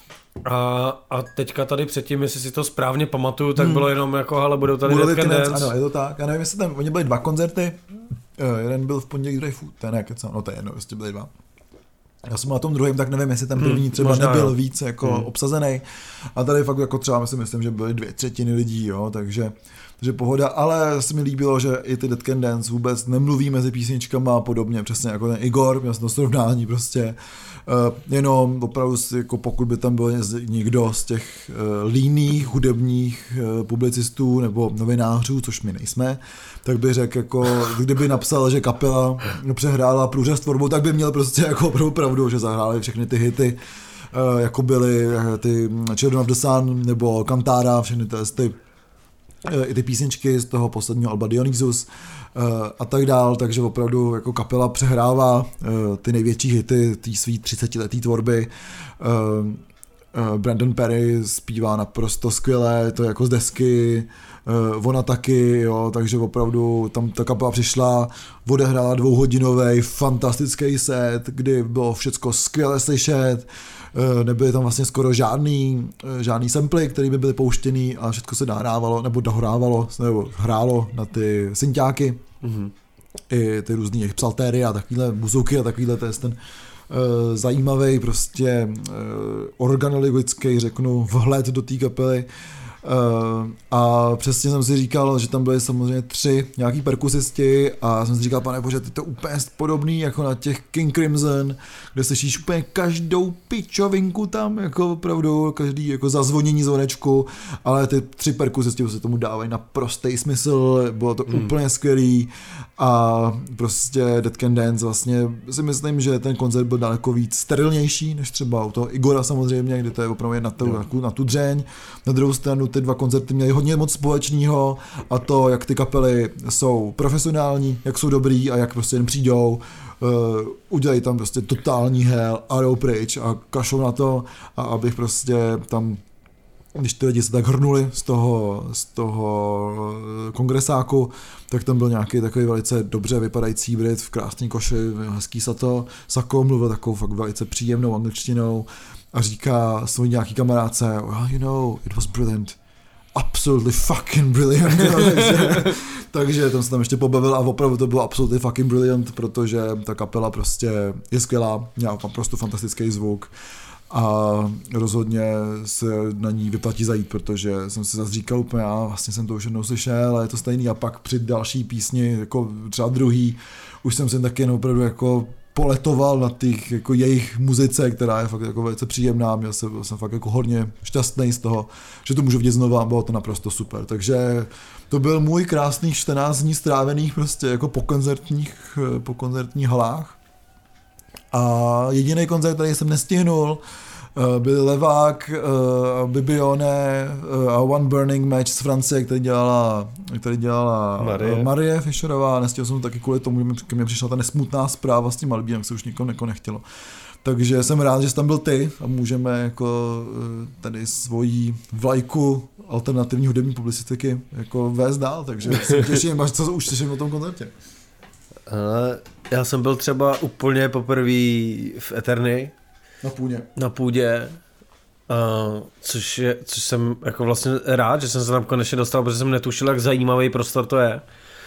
A, a teďka tady předtím, jestli si to správně pamatuju, tak hmm. bylo jenom jako, ale budou tady Dead Can Dance. Ano, je to tak. Já nevím, jestli tam, oni byli dva koncerty, jeden byl v pondělí, druhý fů, ten je, no to je jedno, jestli byli dva. Já jsem na tom druhém, tak nevím, jestli ten první třeba Možná, nebyl jo. víc jako hmm. obsazený. A tady fakt jako třeba si myslím, že byly dvě třetiny lidí, jo, takže, takže pohoda. Ale se mi líbilo, že i ty Dead Can Dance vůbec nemluví mezi písničkama a podobně, přesně jako ten Igor, měl jsem to srovnání prostě. Uh, jenom opravdu jako pokud by tam byl někdo z těch uh, líných hudebních uh, publicistů nebo novinářů, což my nejsme, tak by řekl jako, kdyby napsal, že kapela přehrála průřez tvorbou, tak by měl prostě jako opravdu pravdu, že zahráli všechny ty hity, uh, jako byly ty Children of the Sun nebo Kantara, všechny ty, ty i ty písničky z toho posledního alba Dionysus a tak dál, takže opravdu jako kapela přehrává ty největší hity té svý třicetiletý tvorby. Brandon Perry zpívá naprosto skvěle, to je jako z desky, ona taky, jo, takže opravdu tam ta kapela přišla, odehrála dvouhodinový fantastický set, kdy bylo všecko skvěle slyšet, nebyly tam vlastně skoro žádný, žádný samply, které by byly pouštěný a všechno se nahrávalo, nebo dohrávalo, nebo hrálo na ty synťáky, mm-hmm. i ty různý jejich psaltéry a takovýhle buzouky a takovýhle, to je ten uh, zajímavý prostě uh, organologický, řeknu, vhled do té kapely. Uh, a přesně jsem si říkal, že tam byly samozřejmě tři nějaký perkusisti a jsem si říkal, pane bože, to je to úplně podobný jako na těch King Crimson, kde slyšíš úplně každou pičovinku tam, jako opravdu každý jako zazvonění zvonečku, ale ty tři perkusisti se tomu dávají naprostý smysl, bylo to hmm. úplně skvělý a prostě Dead Can Dance vlastně si myslím, že ten koncert byl daleko víc sterilnější než třeba u toho Igora samozřejmě, kde to je opravdu na tu, no. na tu dřeň. Na druhou stranu ty dva koncerty měly hodně moc společného a to, jak ty kapely jsou profesionální, jak jsou dobrý a jak prostě jen přijdou, uh, udělají tam prostě totální hell a jdou pryč a kašou na to a abych prostě tam, když ty lidi se tak hrnuli z toho, z toho kongresáku, tak tam byl nějaký takový velice dobře vypadající Brit v krásný koši, hezký sato, sako, mluvil takovou fakt velice příjemnou angličtinou a říká svůj nějaký kamarádce, well, you know, it was brilliant. Absolutely fucking brilliant. takže, takže tam se tam ještě pobavil a opravdu to bylo absolutely fucking brilliant, protože ta kapela prostě je skvělá, měla naprosto fantastický zvuk a rozhodně se na ní vyplatí zajít, protože jsem si zase říkal úplně, já vlastně jsem to už jednou slyšel, ale je to stejný a pak při další písni, jako třeba druhý, už jsem si taky jen opravdu jako poletoval na těch jako jejich muzice, která je fakt jako velice příjemná, měl jsem, byl jsem fakt jako hodně šťastný z toho, že to můžu vidět znova, bylo to naprosto super, takže to byl můj krásných čtrnáct dní strávených prostě jako po koncertních, po koncertních halách a jediný koncert, který jsem nestihnul, byl Levák, Bibione a One Burning Match z Francie, který dělala, který dělala Marie, Marie Fischerová. Nestihl jsem to taky kvůli tomu, že mi přišla ta nesmutná zpráva s tím albím, jak se už nikomu jako nechtělo. Takže jsem rád, že jsi tam byl ty a můžeme jako tady svoji vlajku alternativní hudební publicistiky jako vést dál, takže se těším, až co už těším o tom koncertě. Ale já jsem byl třeba úplně poprvé v Eterny. Na půdě. Na půdě. Uh, což, je, což jsem jako vlastně rád, že jsem se tam konečně dostal, protože jsem netušil, jak zajímavý prostor to je.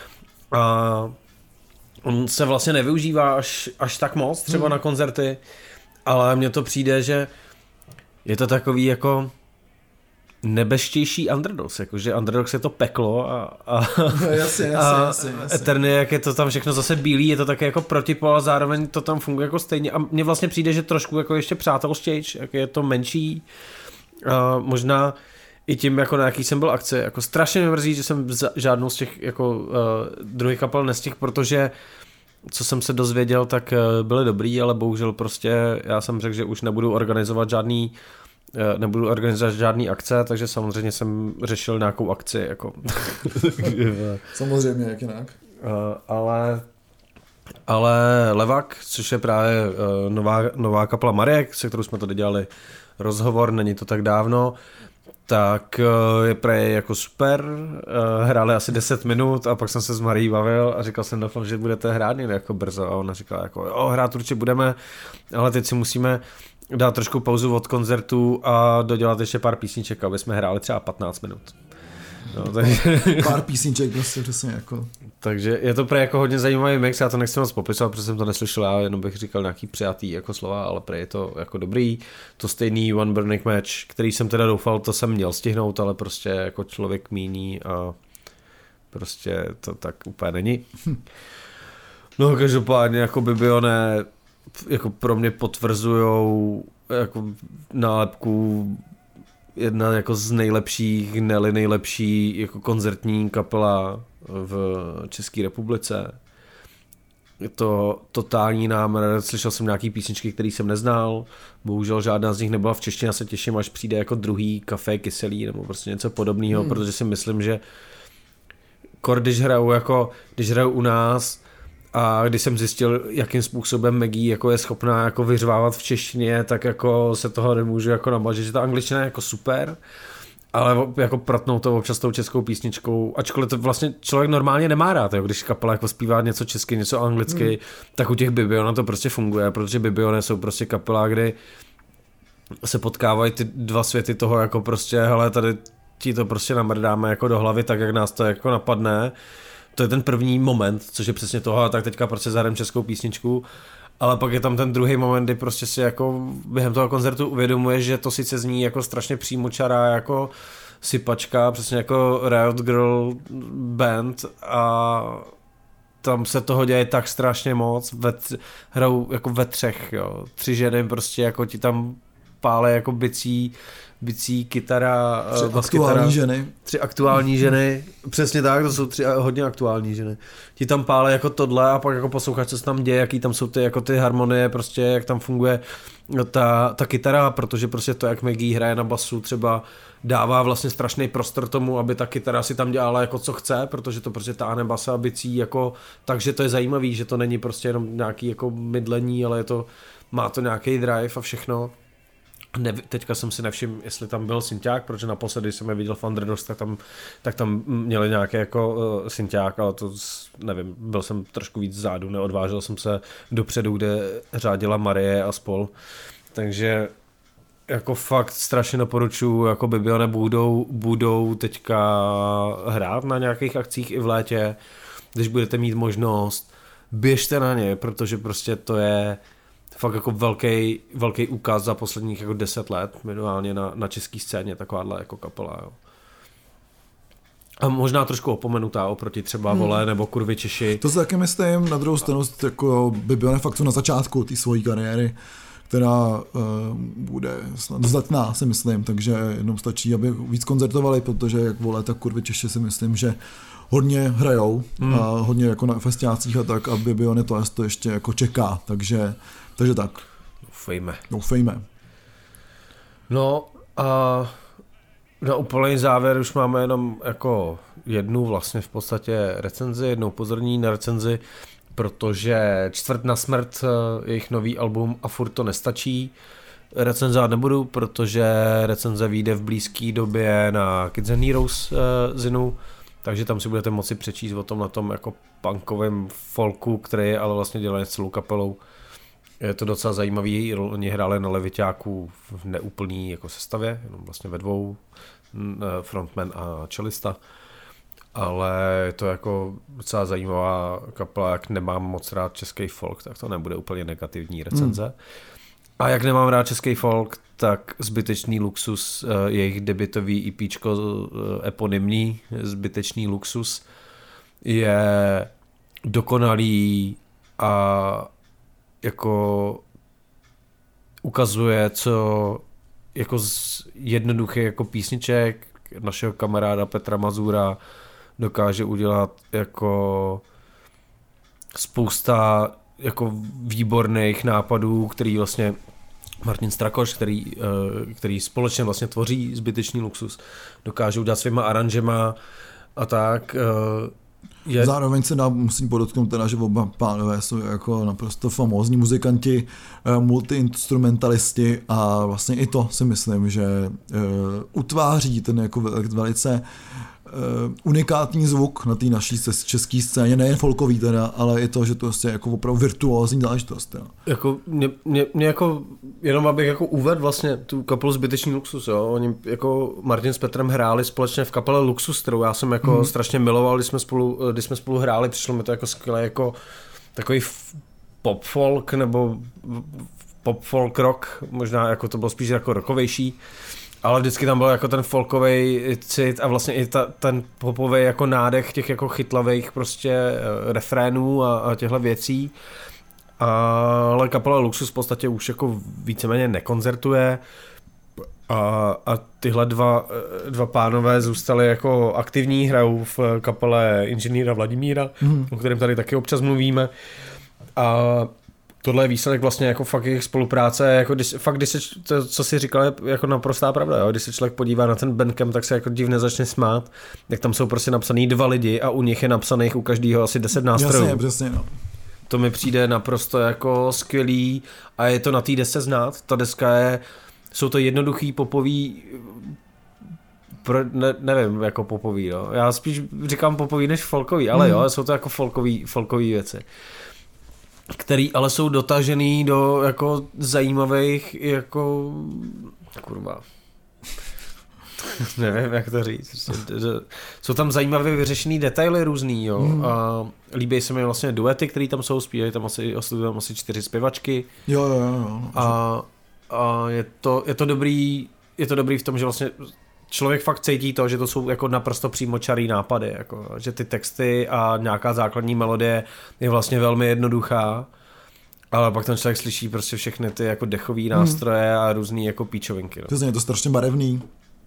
A uh, on se vlastně nevyužívá až, až tak moc, třeba hmm. na koncerty, ale mně to přijde, že je to takový jako nebeštější Underdogs, jakože Underdogs je to peklo a, a, no, jasně, jasně, a jasně, jasně. Eterny, jak je to tam všechno zase bílý, je to také jako protipol a zároveň to tam funguje jako stejně a mně vlastně přijde, že trošku jako ještě přátelštějš, jak je to menší, a možná i tím, jako na jaký jsem byl akci, jako strašně mě mrzí, že jsem žádnou z těch jako uh, druhých kapel nestihl, protože co jsem se dozvěděl, tak uh, byly dobrý, ale bohužel prostě já jsem řekl, že už nebudu organizovat žádný nebudu organizovat žádný akce, takže samozřejmě jsem řešil nějakou akci. Jako. Samozřejmě, jak jinak. Uh, ale, ale Levak, což je právě uh, nová, nová kapela Marek, se kterou jsme tady dělali rozhovor, není to tak dávno, tak uh, je prej jako super, uh, hráli asi deset minut a pak jsem se s Marií bavil a říkal jsem doufám, že budete hrát někde jako brzo a ona říkala jako jo, hrát určitě budeme, ale teď si musíme dát trošku pauzu od koncertu a dodělat ještě pár písniček, aby jsme hráli třeba patnáct minut. No, takže... Pár písniček prostě přesně jako. Takže je to prej jako hodně zajímavý mix, já to nechci moc popisovat, protože jsem to neslyšel, já jenom bych říkal nějaký přijatý jako slova, ale prej je to jako dobrý. To stejný One Burning Match, který jsem teda doufal, to jsem měl stihnout, ale prostě jako člověk míní a prostě to tak úplně není. No každopádně jako Bibione jako pro mě potvrzujou jako nálepku jedna jako z nejlepších, ne-li nejlepší jako koncertní kapela v České republice. Je to totální námr, slyšel jsem nějaký písničky, které jsem neznal, bohužel žádná z nich nebyla v češtině, já se těším, až přijde jako druhý Café kyselý nebo prostě něco podobného, hmm. protože si myslím, že kor, když hrajou jako, když hrajou u nás a když jsem zjistil, jakým způsobem Maggie jako je schopná jako vyřvávat v češtině, tak jako se toho nemůžu jako namažit, že ta angličtina je jako super, ale jako pratnou to občas tou českou písničkou, ačkoliv to vlastně člověk normálně nemá rád, jo, když kapela jako zpívá něco česky, něco anglicky, hmm. tak u těch Bibiona to prostě funguje, protože Bibione jsou prostě kapela, kdy se potkávají ty dva světy toho jako prostě, hele, tady ti to prostě namrdáme jako do hlavy, tak jak nás to jako napadne. To je ten první moment, což je přesně toho, tak teďka prostě zahrajeme českou písničku, ale pak je tam ten druhý moment, kdy prostě si jako během toho koncertu uvědomuješ, že to sice zní jako strašně přímočará, jako sypačka, přesně jako Riot Girl band a tam se toho děje tak strašně moc, ve, hrajou jako ve třech, jo, tři ženy prostě jako ti tam pále jako bicí, bicí, kytara, tři aktuální kytara, ženy. Tři aktuální ženy, přesně tak, to jsou tři hodně aktuální ženy. Ti tam pále jako tohle a pak jako posloucháš, co se tam děje, jaký tam jsou ty, jako ty harmonie, prostě jak tam funguje ta, ta kytara, protože prostě to, jak Maggie hraje na basu, třeba dává vlastně strašný prostor tomu, aby ta kytara si tam dělala jako co chce, protože to prostě táhne basa a bicí, jako, takže to je zajímavý, že to není prostě jenom nějaký jako mydlení, ale je to, má to nějaký drive a všechno. Ne, teďka jsem si nevšiml, jestli tam byl synťák, protože naposledy, když jsem je viděl v Underdogs, tak tam, tak tam měli nějaký jako uh, synťák, ale to nevím, byl jsem trošku víc zádu, neodvážil jsem se dopředu, kde řádila Marie a spol. Takže jako fakt strašně doporučuji, jako Bibione budou, budou teďka hrát na nějakých akcích i v létě, když budete mít možnost, běžte na ně, protože prostě to je fakt jako velký, velký úkaz za posledních jako deset let, minimálně na, na české scéně, takováhle jako kapela, jo. A možná trošku opomenutá oproti třeba hmm. Vole nebo Kurvy Češi. To se taky myslím, na druhou stranu jako Bibione fakt na začátku té svojí kariéry, která uh, bude snad zdatná, si myslím, takže jenom stačí, aby víc koncertovali, protože jak Vole, tak Kurvy Češi si myslím, že hodně hrajou hmm. a hodně jako na festiácích a tak a Bibione to, to ještě jako čeká, takže Takže tak. Doufejme. Doufejme. No a na úplný závěr už máme jenom jako jednu vlastně v podstatě recenzi, jednou pozorní na recenzi, protože Čtvrt na smrt, jejich nový album A furt to nestačí, recenzovat nebudu, protože recenze vyjde v blízké době na Kids and Heroes uh, Zinu, takže tam si budete moci přečíst o tom na tom jako punkovém folku, který je ale vlastně dělaný s celou kapelou. Je to docela zajímavý, oni hráli na Leviťáku v neúplný jako sestavě, jenom vlastně ve dvou, frontman a čelista. Ale je to jako docela zajímavá kapela, jak nemám moc rád český folk, tak to nebude úplně negativní recenze. Hmm. A jak nemám rád český folk, tak Zbytečný luxus, jejich debutový EPčko eponymní, Zbytečný luxus, je dokonalý a jako ukazuje, co jako z jednoduchých jako písniček našeho kamaráda Petra Mazura dokáže udělat jako spousta jako výborných nápadů, který vlastně Martin Strakoš, který, který společně vlastně tvoří Zbytečný luxus, dokáže udělat svýma aranžema a tak. Je... Zároveň se dá, musím podotknout teda, že oba pánové jsou jako naprosto famózní muzikanti, multiinstrumentalisti a vlastně i to si myslím, že utváří ten jako velice unikátní zvuk na té naší české scéně, nejen folkový teda, ale i to, že to je jako opravdu virtuózní záležitost. Teda. Jako, mě, mě, mě jako, jenom abych jako uvedl vlastně tu kapelu Zbytečný luxus, jo. Oni jako Martin s Petrem hráli společně v kapele Luxus, kterou já jsem jako mm. strašně miloval, když jsme spolu, když jsme spolu hráli, přišlo mi to jako skvěle jako takový pop folk nebo pop folk rock, možná jako to bylo spíš jako rockovější. Ale vždycky tam byl jako ten folkový cit a vlastně i ta, ten popový jako nádech těch jako chytlavých prostě refrénů a, a těchto věcí. Ale kapela Luxus v podstatě už jako víceméně nekoncertuje a, a tyhle dva, dva pánové zůstali jako aktivní, hrajou v kapele inženýra Vladimíra, mm. o kterém tady taky občas mluvíme. A tohle je výsledek vlastně jako fakt jejich spolupráce, jako když, fakt když se, to, co si říkal, je jako naprostá pravda, jo? Když se člověk podívá na ten Bandcamp, tak se jako divně začne smát, jak tam jsou prostě napsaný dva lidi a u nich je napsaných u každého asi deset nástrojů. Jasně, přesně, no. To mi přijde naprosto jako skvělý a je to na té desce znát, ta deska je, jsou to jednoduchý popový, pro, ne, nevím, jako popový, no. Já spíš říkám popový než folkový, ale mm. jo, jsou to jako folkový, folkový věci, který ale jsou dotažený do jako zajímavých jako kurva nevím, jak to říct. Jsou tam zajímavě vyřešený detaily různý, jo. Hmm. A líbí se mi vlastně duety, které tam jsou, zpívají tam asi, tam asi čtyři zpěvačky. Jo, jo, jo. A, a je, to, je to dobrý, je to dobrý v tom, že vlastně člověk fakt cítí to, že to jsou jako naprosto přímočarý nápady, jako, že ty texty a nějaká základní melodie je vlastně velmi jednoduchá, ale pak ten člověk slyší prostě všechny ty jako dechový nástroje hmm. a různý jako píčovinky. No. Přesně, je to strašně barevný.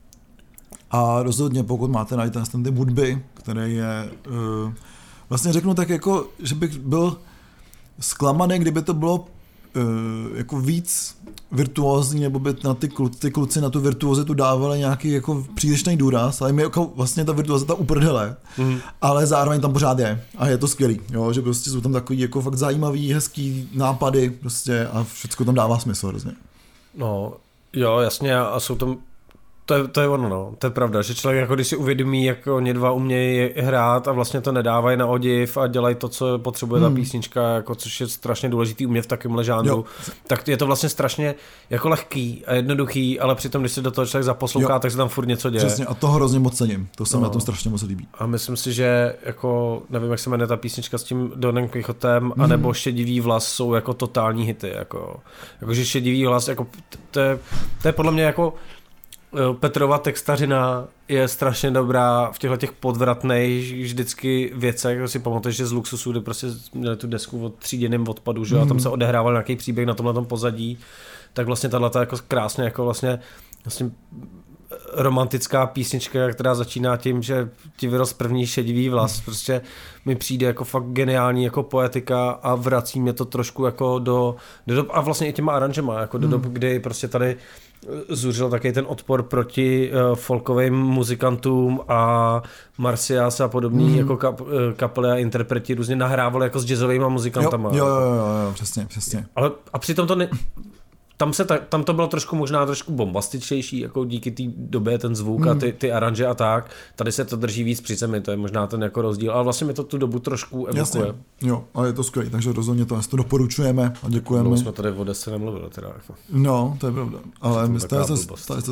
A rozhodně, pokud máte najít ten ty hudby, který je, uh, vlastně řeknu tak jako, že bych byl zklamaný, kdyby to bylo uh, jako víc virtuózní, nebo by na ty, klu, ty kluci na tu virtuozitu dávali nějaký jako přílišný důraz, ale mi jako vlastně ta virtuozita uprdele, mm. ale zároveň tam pořád je a je to skvělý, jo, že prostě jsou tam takový jako fakt zajímavý, hezký nápady prostě a všechno tam dává smysl hrozně. No, jo, jasně a jsou tam To je, to je ono, no. To je pravda, že člověk jako když si uvědomí, jak oni dva umějí hrát a vlastně to nedávají na odiv a dělají to, co potřebuje hmm. ta písnička, jako, což je strašně důležitý umět v takovémhle žánru, jo. Tak je to vlastně strašně jako lehký a jednoduchý, ale přitom, když se do toho člověk zaposlouchá, jo. tak se tam furt něco děje. Přesně, a toho hrozně moc cením, to se mi no. na tom strašně moc líbí. A myslím si, že jako, nevím, jak se jmenuje ta písnička s tím Donem Quixotem, hmm. anebo Šedivý vlas jsou jako totální hity, jako, jakože Šedivý vlas, jako, to je, to je podle mě jako Petrova textařina je strašně dobrá v těchto těch podvratných vždycky věcech, jako si pamatuješ, že z Luxusu, kdy prostě měli tu desku od tříděném odpadu, že? Mm. a tam se odehrával nějaký příběh na tomhle tom pozadí, tak vlastně tato jako krásně jako vlastně, vlastně romantická písnička, která začíná tím, že ti vyrost první šedivý vlas, prostě mi přijde jako fakt geniální jako poetika a vrací mě to trošku jako do, do dob, a vlastně i těma aranžema, jako do dob, kdy prostě tady zuřil taky ten odpor proti uh, folkovým muzikantům a Marcias a podobný mm. jako kap, kapely a interpreti různě nahrávali jako s jazzovými muzikantama. Jo, jo, jo, jo, přesně, přesně. Ale a přitom to ne... tam, se ta, tam to bylo trošku možná trošku bombastičnější, jako díky té době ten zvuk hmm. a ty, ty aranže a tak. Tady se to drží víc při zemi, to je možná ten jako rozdíl, ale vlastně mi to tu dobu trošku evokuje. Jasně. Jo, ale je to skvělé, takže rozhodně to, to doporučujeme a děkujeme. No, jsme tady o desce nemluvili teda. Jako. No, to je pravda, ale my to, to,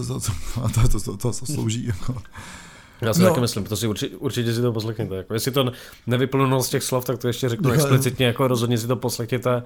to, to, to slouží. Jako. Já si no. taky myslím, to si určitě, určitě si to poslechněte. Jako. Jestli to nevyplnulo z těch slov, tak to ještě řeknu explicitně, jako rozhodně si to poslechněte.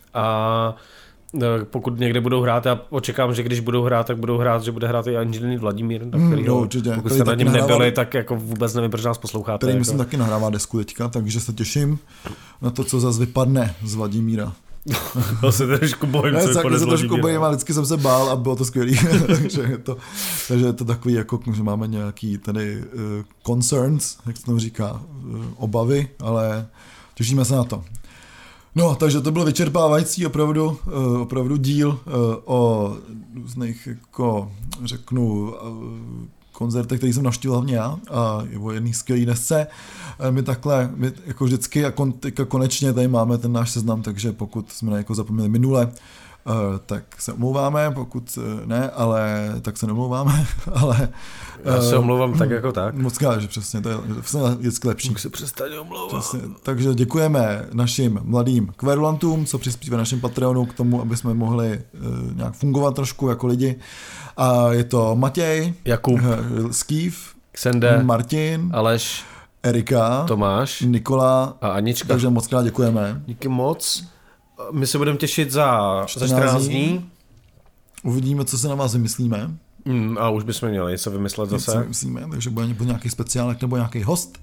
A pokud někde budou hrát, já očekám, že když budou hrát, tak budou hrát, že bude hrát i Angeliny Vladimír, tak který, mm, no, určitě, pokud jste na něm nebyli, nahrává, tak jako vůbec nevím, proč nás posloucháte. Který jako. myslím taky nahrává desku teďka, takže se těším na to, co zase vypadne z Vladimíra. To se trošku bojím, co vypadne z trošku bojím, ale vždycky jsem se bál a bylo to skvělý. takže, je to, takže je to takový, jako, že máme nějaký tady uh, concerns, jak se to říká, uh, obavy, ale těšíme se na to. No, takže to byl vyčerpávající opravdu, uh, opravdu díl uh, o různých, jako řeknu, uh, koncertech, který jsem navštívil hlavně já a o jedný skvělý desce. My takhle, my jako vždycky a kon, konečně tady máme ten náš seznam, takže pokud jsme jako zapomněli minule, uh, tak se omlouváme, pokud ne, ale tak se nemlouváme, ale... Já uh, se omlouvám tak jako tak. Moc krát, že přesně, to je vždycky lepší. Můžu se přestat omlouvat. Přesně, takže děkujeme našim mladým kverulantům, co přispívají našim Patreonu k tomu, aby jsme mohli uh, nějak fungovat trošku jako lidi. A je to Matěj, Jakub, Skýv, Xende, Martin, Aleš, Erika, Tomáš, Nikola a Anička. Takže moc krát děkujeme. Díky moc. My se budeme těšit za čtrnáct dní. Uvidíme, co se na vás vymyslíme. Mm, a už bychom měli něco vymyslet zase. Něco vymyslíme, takže bude nějaký speciálek nebo nějaký host.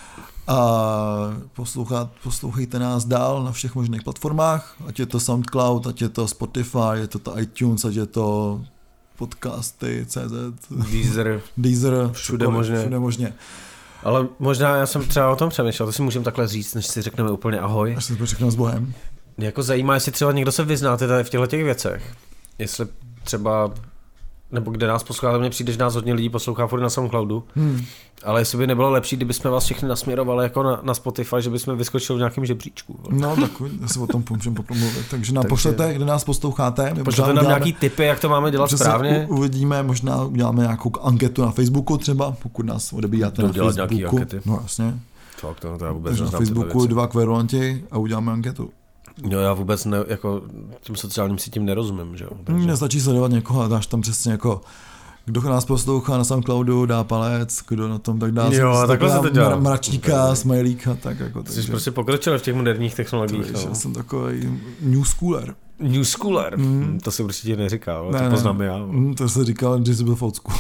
A poslouchat, poslouchejte nás dál na všech možných platformách, ať je to SoundCloud, ať je to Spotify, je to, to iTunes, ať je to podcasty, C Z, Deezer, Deezer všude možně. všude možně. Ale možná já jsem třeba o tom přemýšlel, to si můžeme takhle říct, než si řekneme úplně ahoj. Až si to řekneme s Bohem. Mě jako zajímá, jestli třeba někdo se vyznáte tady v těchto těch věcech. Jestli třeba, nebo kde nás posloucháte, mně přijde, že nás hodně lidí poslouchá furt na SoundCloudu, hmm. ale jestli by nebylo lepší, kdyby jsme vás všechny nasměrovali jako na, na Spotify, že bychom vyskočili v nějakém žebříčku. No tak se o tom můžeme pomluvit. Takže nám Takže... pošlete, kde nás posloucháte. Pošlete nám uděláme... nějaký tipy, jak to máme dělat Přesně správně. U, uvidíme, možná uděláme nějakou anketu na Facebooku třeba, pokud nás odebíráte na Facebooku. Nějaký ankety. No jasně. Fakt, to, to já vůbec Takže na Facebooku dva kverulanti a uděláme anketu. No já vůbec ne, jako tím sociálním sítím nerozumím, že jo. Takže... Nestačí sledovat někoho a dáš tam přesně jako kdo nás poslouchá na SoundCloudu, dá palec, kdo na tom tak dá jo, takhle se to dělá. Mračníka, smajlíka, tak jako. Jsi prostě pokročil v těch moderních technologiích. To, no. Já jsem takový new schooler. New schooler? Mm. To se určitě neříká, ale ne, to poznám ne. já. Mm, to se říkal, když jsi byl v old school.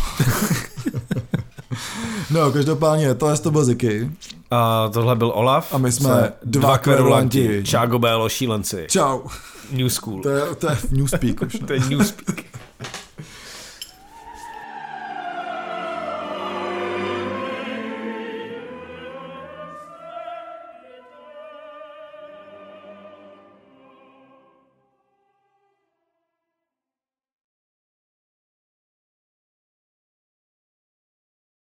No, každopádně, to je to byl Ziky. A tohle byl Olaf. A my jsme dva, dva kverulanti. Čágo Bélo, šílenci. Čau. New school. To je, to je Newspeak už. To je Newspeak.